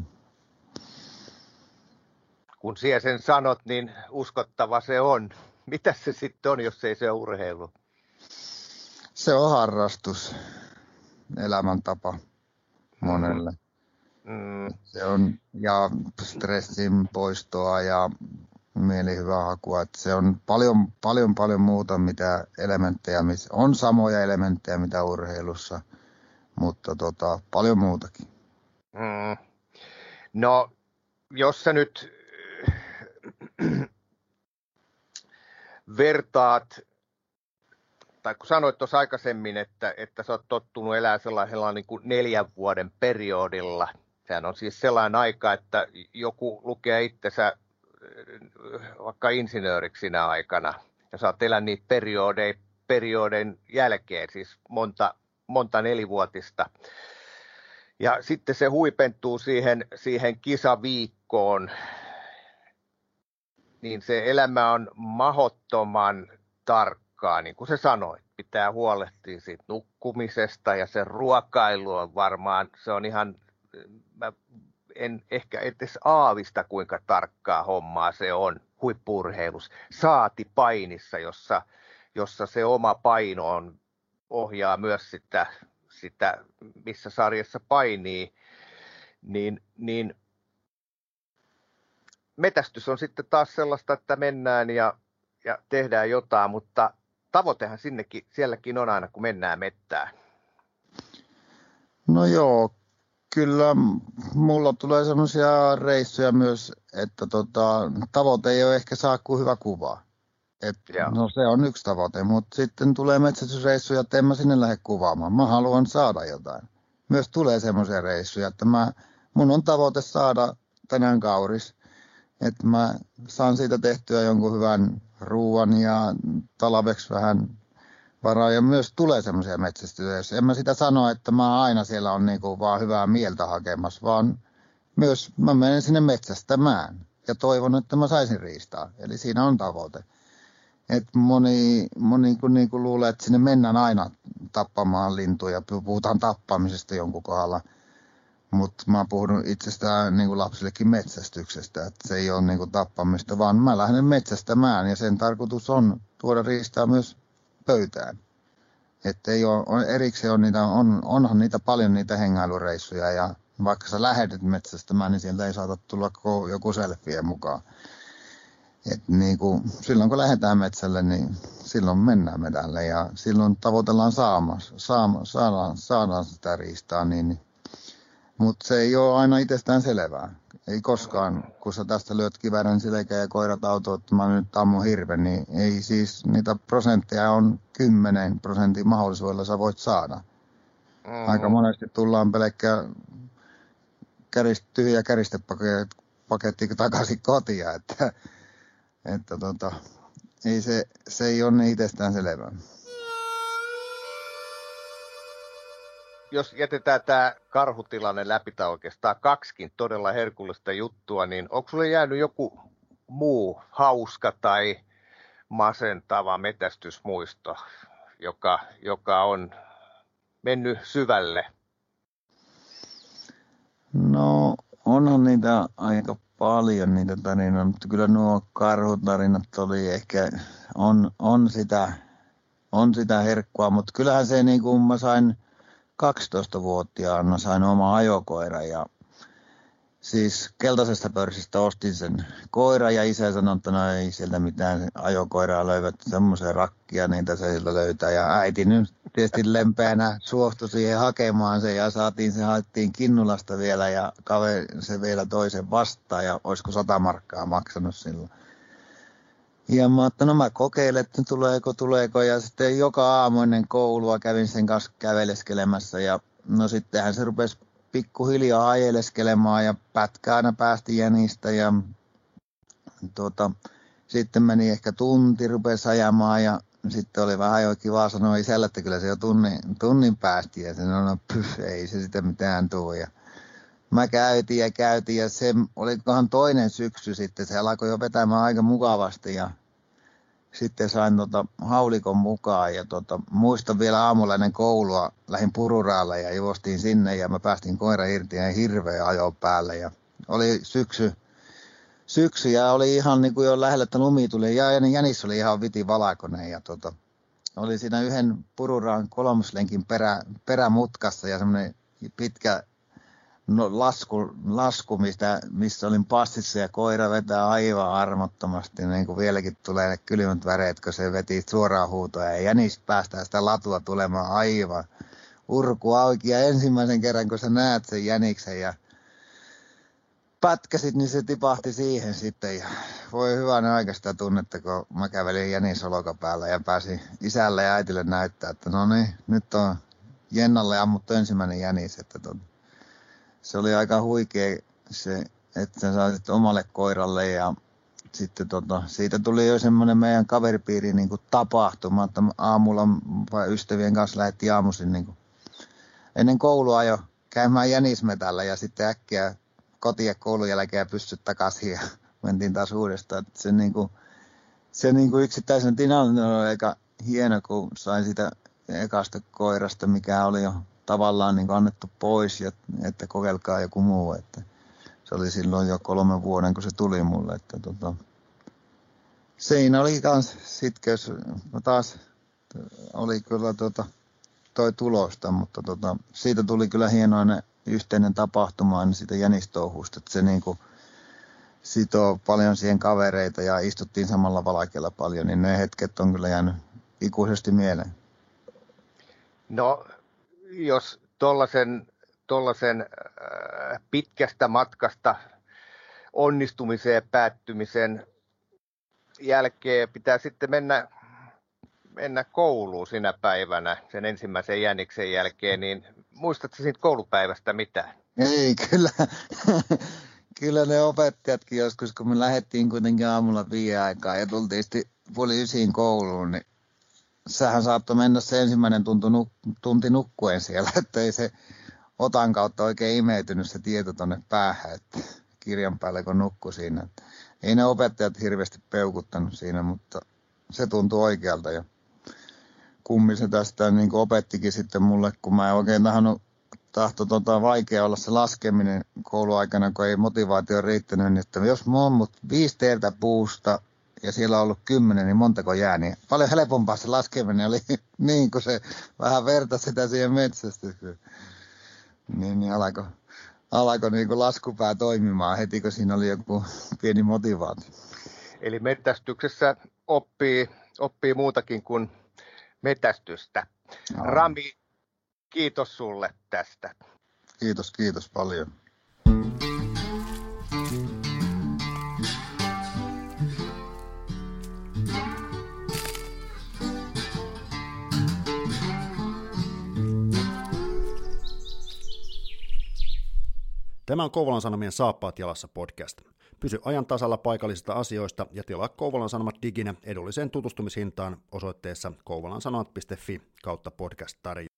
Kun sinä sen sanot, niin uskottava se on. Mitä se sitten on, jos ei se ole urheilu? Se on harrastus, elämäntapa monelle. Mm. Se on ja stressin poistoa ja mielihyvää hakua. Että se on paljon, paljon, paljon muuta mitä elementtejä, missä on samoja elementtejä mitä urheilussa, mutta tota, paljon muutakin. Mm. No, jos sä nyt vertaat, tai kun sanoit tuossa aikaisemmin, että, että sä oot tottunut elämään sellaisella niin kuin neljän vuoden periodilla. Sehän on siis sellainen aika, että joku lukee itsensä vaikka insinööriksi sinä aikana, ja sä oot elänyt niitä periodeja, periodein jälkeen, siis monta, monta nelivuotista. Ja sitten se huipentuu siihen, siihen kisaviikkoon, niin se elämä on mahdottoman tarkkaa, niin kuin se sanoi. Pitää huolehtia siitä nukkumisesta ja sen ruokailu on varmaan, se on ihan, mä en ehkä edes aavista kuinka tarkkaa hommaa se on huippu-urheilussa. Saati painissa, jossa, jossa se oma paino on, ohjaa myös sitä, sitä, missä sarjassa painii, niin, niin metästys on sitten taas sellaista, että mennään ja, ja tehdään jotain, mutta tavoitehan sinnekin, sielläkin on aina, kun mennään mettään. No joo, kyllä mulla tulee semmoisia reissuja myös, että tota, tavoite ei ole ehkä saa kuin hyvä kuva. Et, no se on yksi tavoite, mutta sitten tulee metsästysreissuja, että en mä sinne lähde kuvaamaan. Mä haluan saada jotain. Myös tulee semmoisia reissuja, että mä, mun on tavoite saada tänään kauris. Että mä saan siitä tehtyä jonkun hyvän ruuan ja talveksi vähän varaa. Ja myös tulee semmoisia metsästyksiä. En mä sitä sano, että mä aina siellä on niinku vaan hyvää mieltä hakemassa, vaan myös mä menen sinne metsästämään. Ja toivon, että mä saisin riistaa. Eli siinä on tavoite. Et moni moni kun niinku luulee, että sinne mennään aina tappamaan lintuja. Puhutaan tappamisesta jonkun kohdalla. Mutta mä oon puhunut itsestään niin kuin lapsillekin metsästyksestä, että se ei ole niin kuin tappamista, vaan mä lähden metsästämään ja sen tarkoitus on tuoda riistaa myös pöytään. Että ei ole, erikseen on niitä, on, onhan niitä paljon niitä hengailureissuja ja vaikka sä lähdet metsästämään, niin sieltä ei saata tulla joku selfie mukaan. Et niin kuin, silloin kun lähdetään metsälle, niin silloin mennään metälle ja silloin tavoitellaan saamassa, saama, saadaan, saadaan sitä riistaa, niin mutta se ei ole aina itsestään selvää. Ei koskaan, kun sä tästä lyöt kiväärin selkään ja koirat autoon, että mä nyt ammun hirven, niin ei siis niitä prosentteja on kymmenen prosentin mahdollisuudella sä voit saada. Mm. Aika monesti tullaan pelkkä kärist, tyhjä käristepaketti takaisin kotia, että, että tota, ei se, se ei ole niin itsestään selvää. Jos jätetään tämä karhutilanne läpi tai oikeastaan kaksikin todella herkullista juttua, niin onko sulle jäänyt joku muu hauska tai masentava metästysmuisto, joka, joka on mennyt syvälle? No onhan niitä aika paljon niitä tarinoita, mutta kyllä nuo karhutarinat oli ehkä, on, on, sitä, on sitä herkkua, mutta kyllähän se niin kuin mä sain kaksitoistavuotiaana sain oma ajokoira ja siis keltaisesta pörssistä ostin sen koira ja isä sanoi, että no ei sieltä mitään ajokoiraa löydät, semmoisen rakkia niitä se sieltä löytää ja äiti nyt tietysti lempeänä suostui siihen hakemaan sen ja saatiin se haettiin Kinnulasta vielä ja kaveri se vielä toisen vastaan ja olisiko sata markkaa maksanut silloin. Ja mä ajattelin, no mä kokeilen, että tuleeko, tuleeko. Ja sitten joka aamu ennen koulua kävin sen kanssa käveleskelemässä. Ja no sittenhän se rupesi pikkuhiljaa ajeleskelemaan ja pätkä aina päästi jänistä. Ja tuota, sitten meni ehkä tunti, rupesi ajamaan ja sitten oli vähän jo kiva sanoa isälle, että kyllä se jo tunnin, tunnin päästi. Ja se sanoi, no pyh, ei se sitä mitään tule. Ja mä käytiin ja käytiin ja se olikohan toinen syksy sitten. Se alkoi jo vetämään aika mukavasti ja sitten sain tota haulikon mukaan. Ja tota, muistan vielä aamulla ennen koulua, lähdin Pururaalle ja juostiin sinne ja mä päästin koira irti ja hirveä ajo päälle. Ja oli syksy. Syksy ja oli ihan niin kuin jo lähellä, että lumi tuli ja jänis oli ihan viti valakoinen ja tota, oli siinä yhden Pururaan kolmoslenkin perä, perämutkassa ja semmoinen pitkä no, lasku, lasku mistä, missä olin passissa ja koira vetää aivan armottomasti, niin kuin vieläkin tulee ne kylmät väreet, kun se veti suoraan huutoa ja jänis päästää sitä latua tulemaan aivan urku auki ja ensimmäisen kerran kun sä näet sen jäniksen ja pätkäsit, niin se tipahti siihen sitten ja voi hyvänä aika sitä tunnetta, kun mä kävelin jänis olkapäällä ja pääsin isälle ja äitille näyttää, että no niin, nyt on Jennalle ammuttu ensimmäinen jänis, että tot, se oli aika huikea se, että sä saisit omalle koiralle ja sitten tota, siitä tuli jo semmoinen meidän kaveripiirin niin kuin tapahtuma, että aamulla ystävien kanssa lähdettiin aamuisin niin kuin ennen koulua jo käymään jänismetällä ja sitten äkkiä kotiin ja koulun jälkeen ja pyssyt takaisin ja mentiin taas uudestaan. Se, niinku, se niinku yksittäisen tilanne oli aika hieno, kun sain sitä ekasta koirasta, mikä oli jo tavallaan niinku annettu pois, ja, että kokeilkaa joku muu. Että se oli silloin jo kolmen vuoden, kun se tuli mulle. Että tota, siinä oli kans sitkeys, taas oli kyllä tota, toi tulosta, mutta tota, siitä tuli kyllä hienoinen yhteinen tapahtuma aina siitä jänistouhusta, että se niinku sitoo paljon siihen kavereita ja istuttiin samalla valkealla paljon, niin ne hetket on kyllä jäänyt ikuisesti mieleen. No, jos tollasen, tollasen äh, pitkästä matkasta onnistumisen ja päättymisen jälkeen pitää sitten mennä, mennä kouluun sinä päivänä sen ensimmäisen jäniksen jälkeen, niin muistatko siitä koulupäivästä mitään? Ei, kyllä. Kyllä ne opettajatkin joskus, kun me lähdettiin kuitenkin aamulla viiden aikaa ja tultiin sitten puoli ysiin kouluun, niin sähän saattoi mennä se ensimmäinen tunti, tunti nukkuen siellä, että ei se otan kautta oikein imeytynyt se tieto tuonne päähän, että kirjan päälle kun nukkui siinä. Että ei ne opettajat hirveästi peukuttanut siinä, mutta se tuntui oikealta ja kummi se tästä niin kuin opettikin sitten mulle, kun mä en oikein tahannut, tahto tota, vaikea olla se laskeminen kouluaikana, kun ei motivaatio riittänyt, niin että jos mä oon mut viisi teiltä puusta ja siellä on ollut kymmenen, niin montako jää, niin paljon helpompaa se laskeminen oli niin, kun se vähän vertasi sitä siihen metsästykseen. Niin, niin alkoi alko niin kuin laskupää toimimaan heti, kun siinä oli joku pieni motivaatio. Eli metsästyksessä oppii, oppii muutakin kuin metästystä. No. Rami, kiitos sulle tästä. Kiitos, kiitos paljon. Tämä on Kouvolan Sanomien Saappaat jalassa podcast. Pysy ajan tasalla paikallisista asioista ja tilaa Kouvolan Sanomat diginä edulliseen tutustumishintaan osoitteessa kouvolansanomat piste fi kautta podcast tarjous.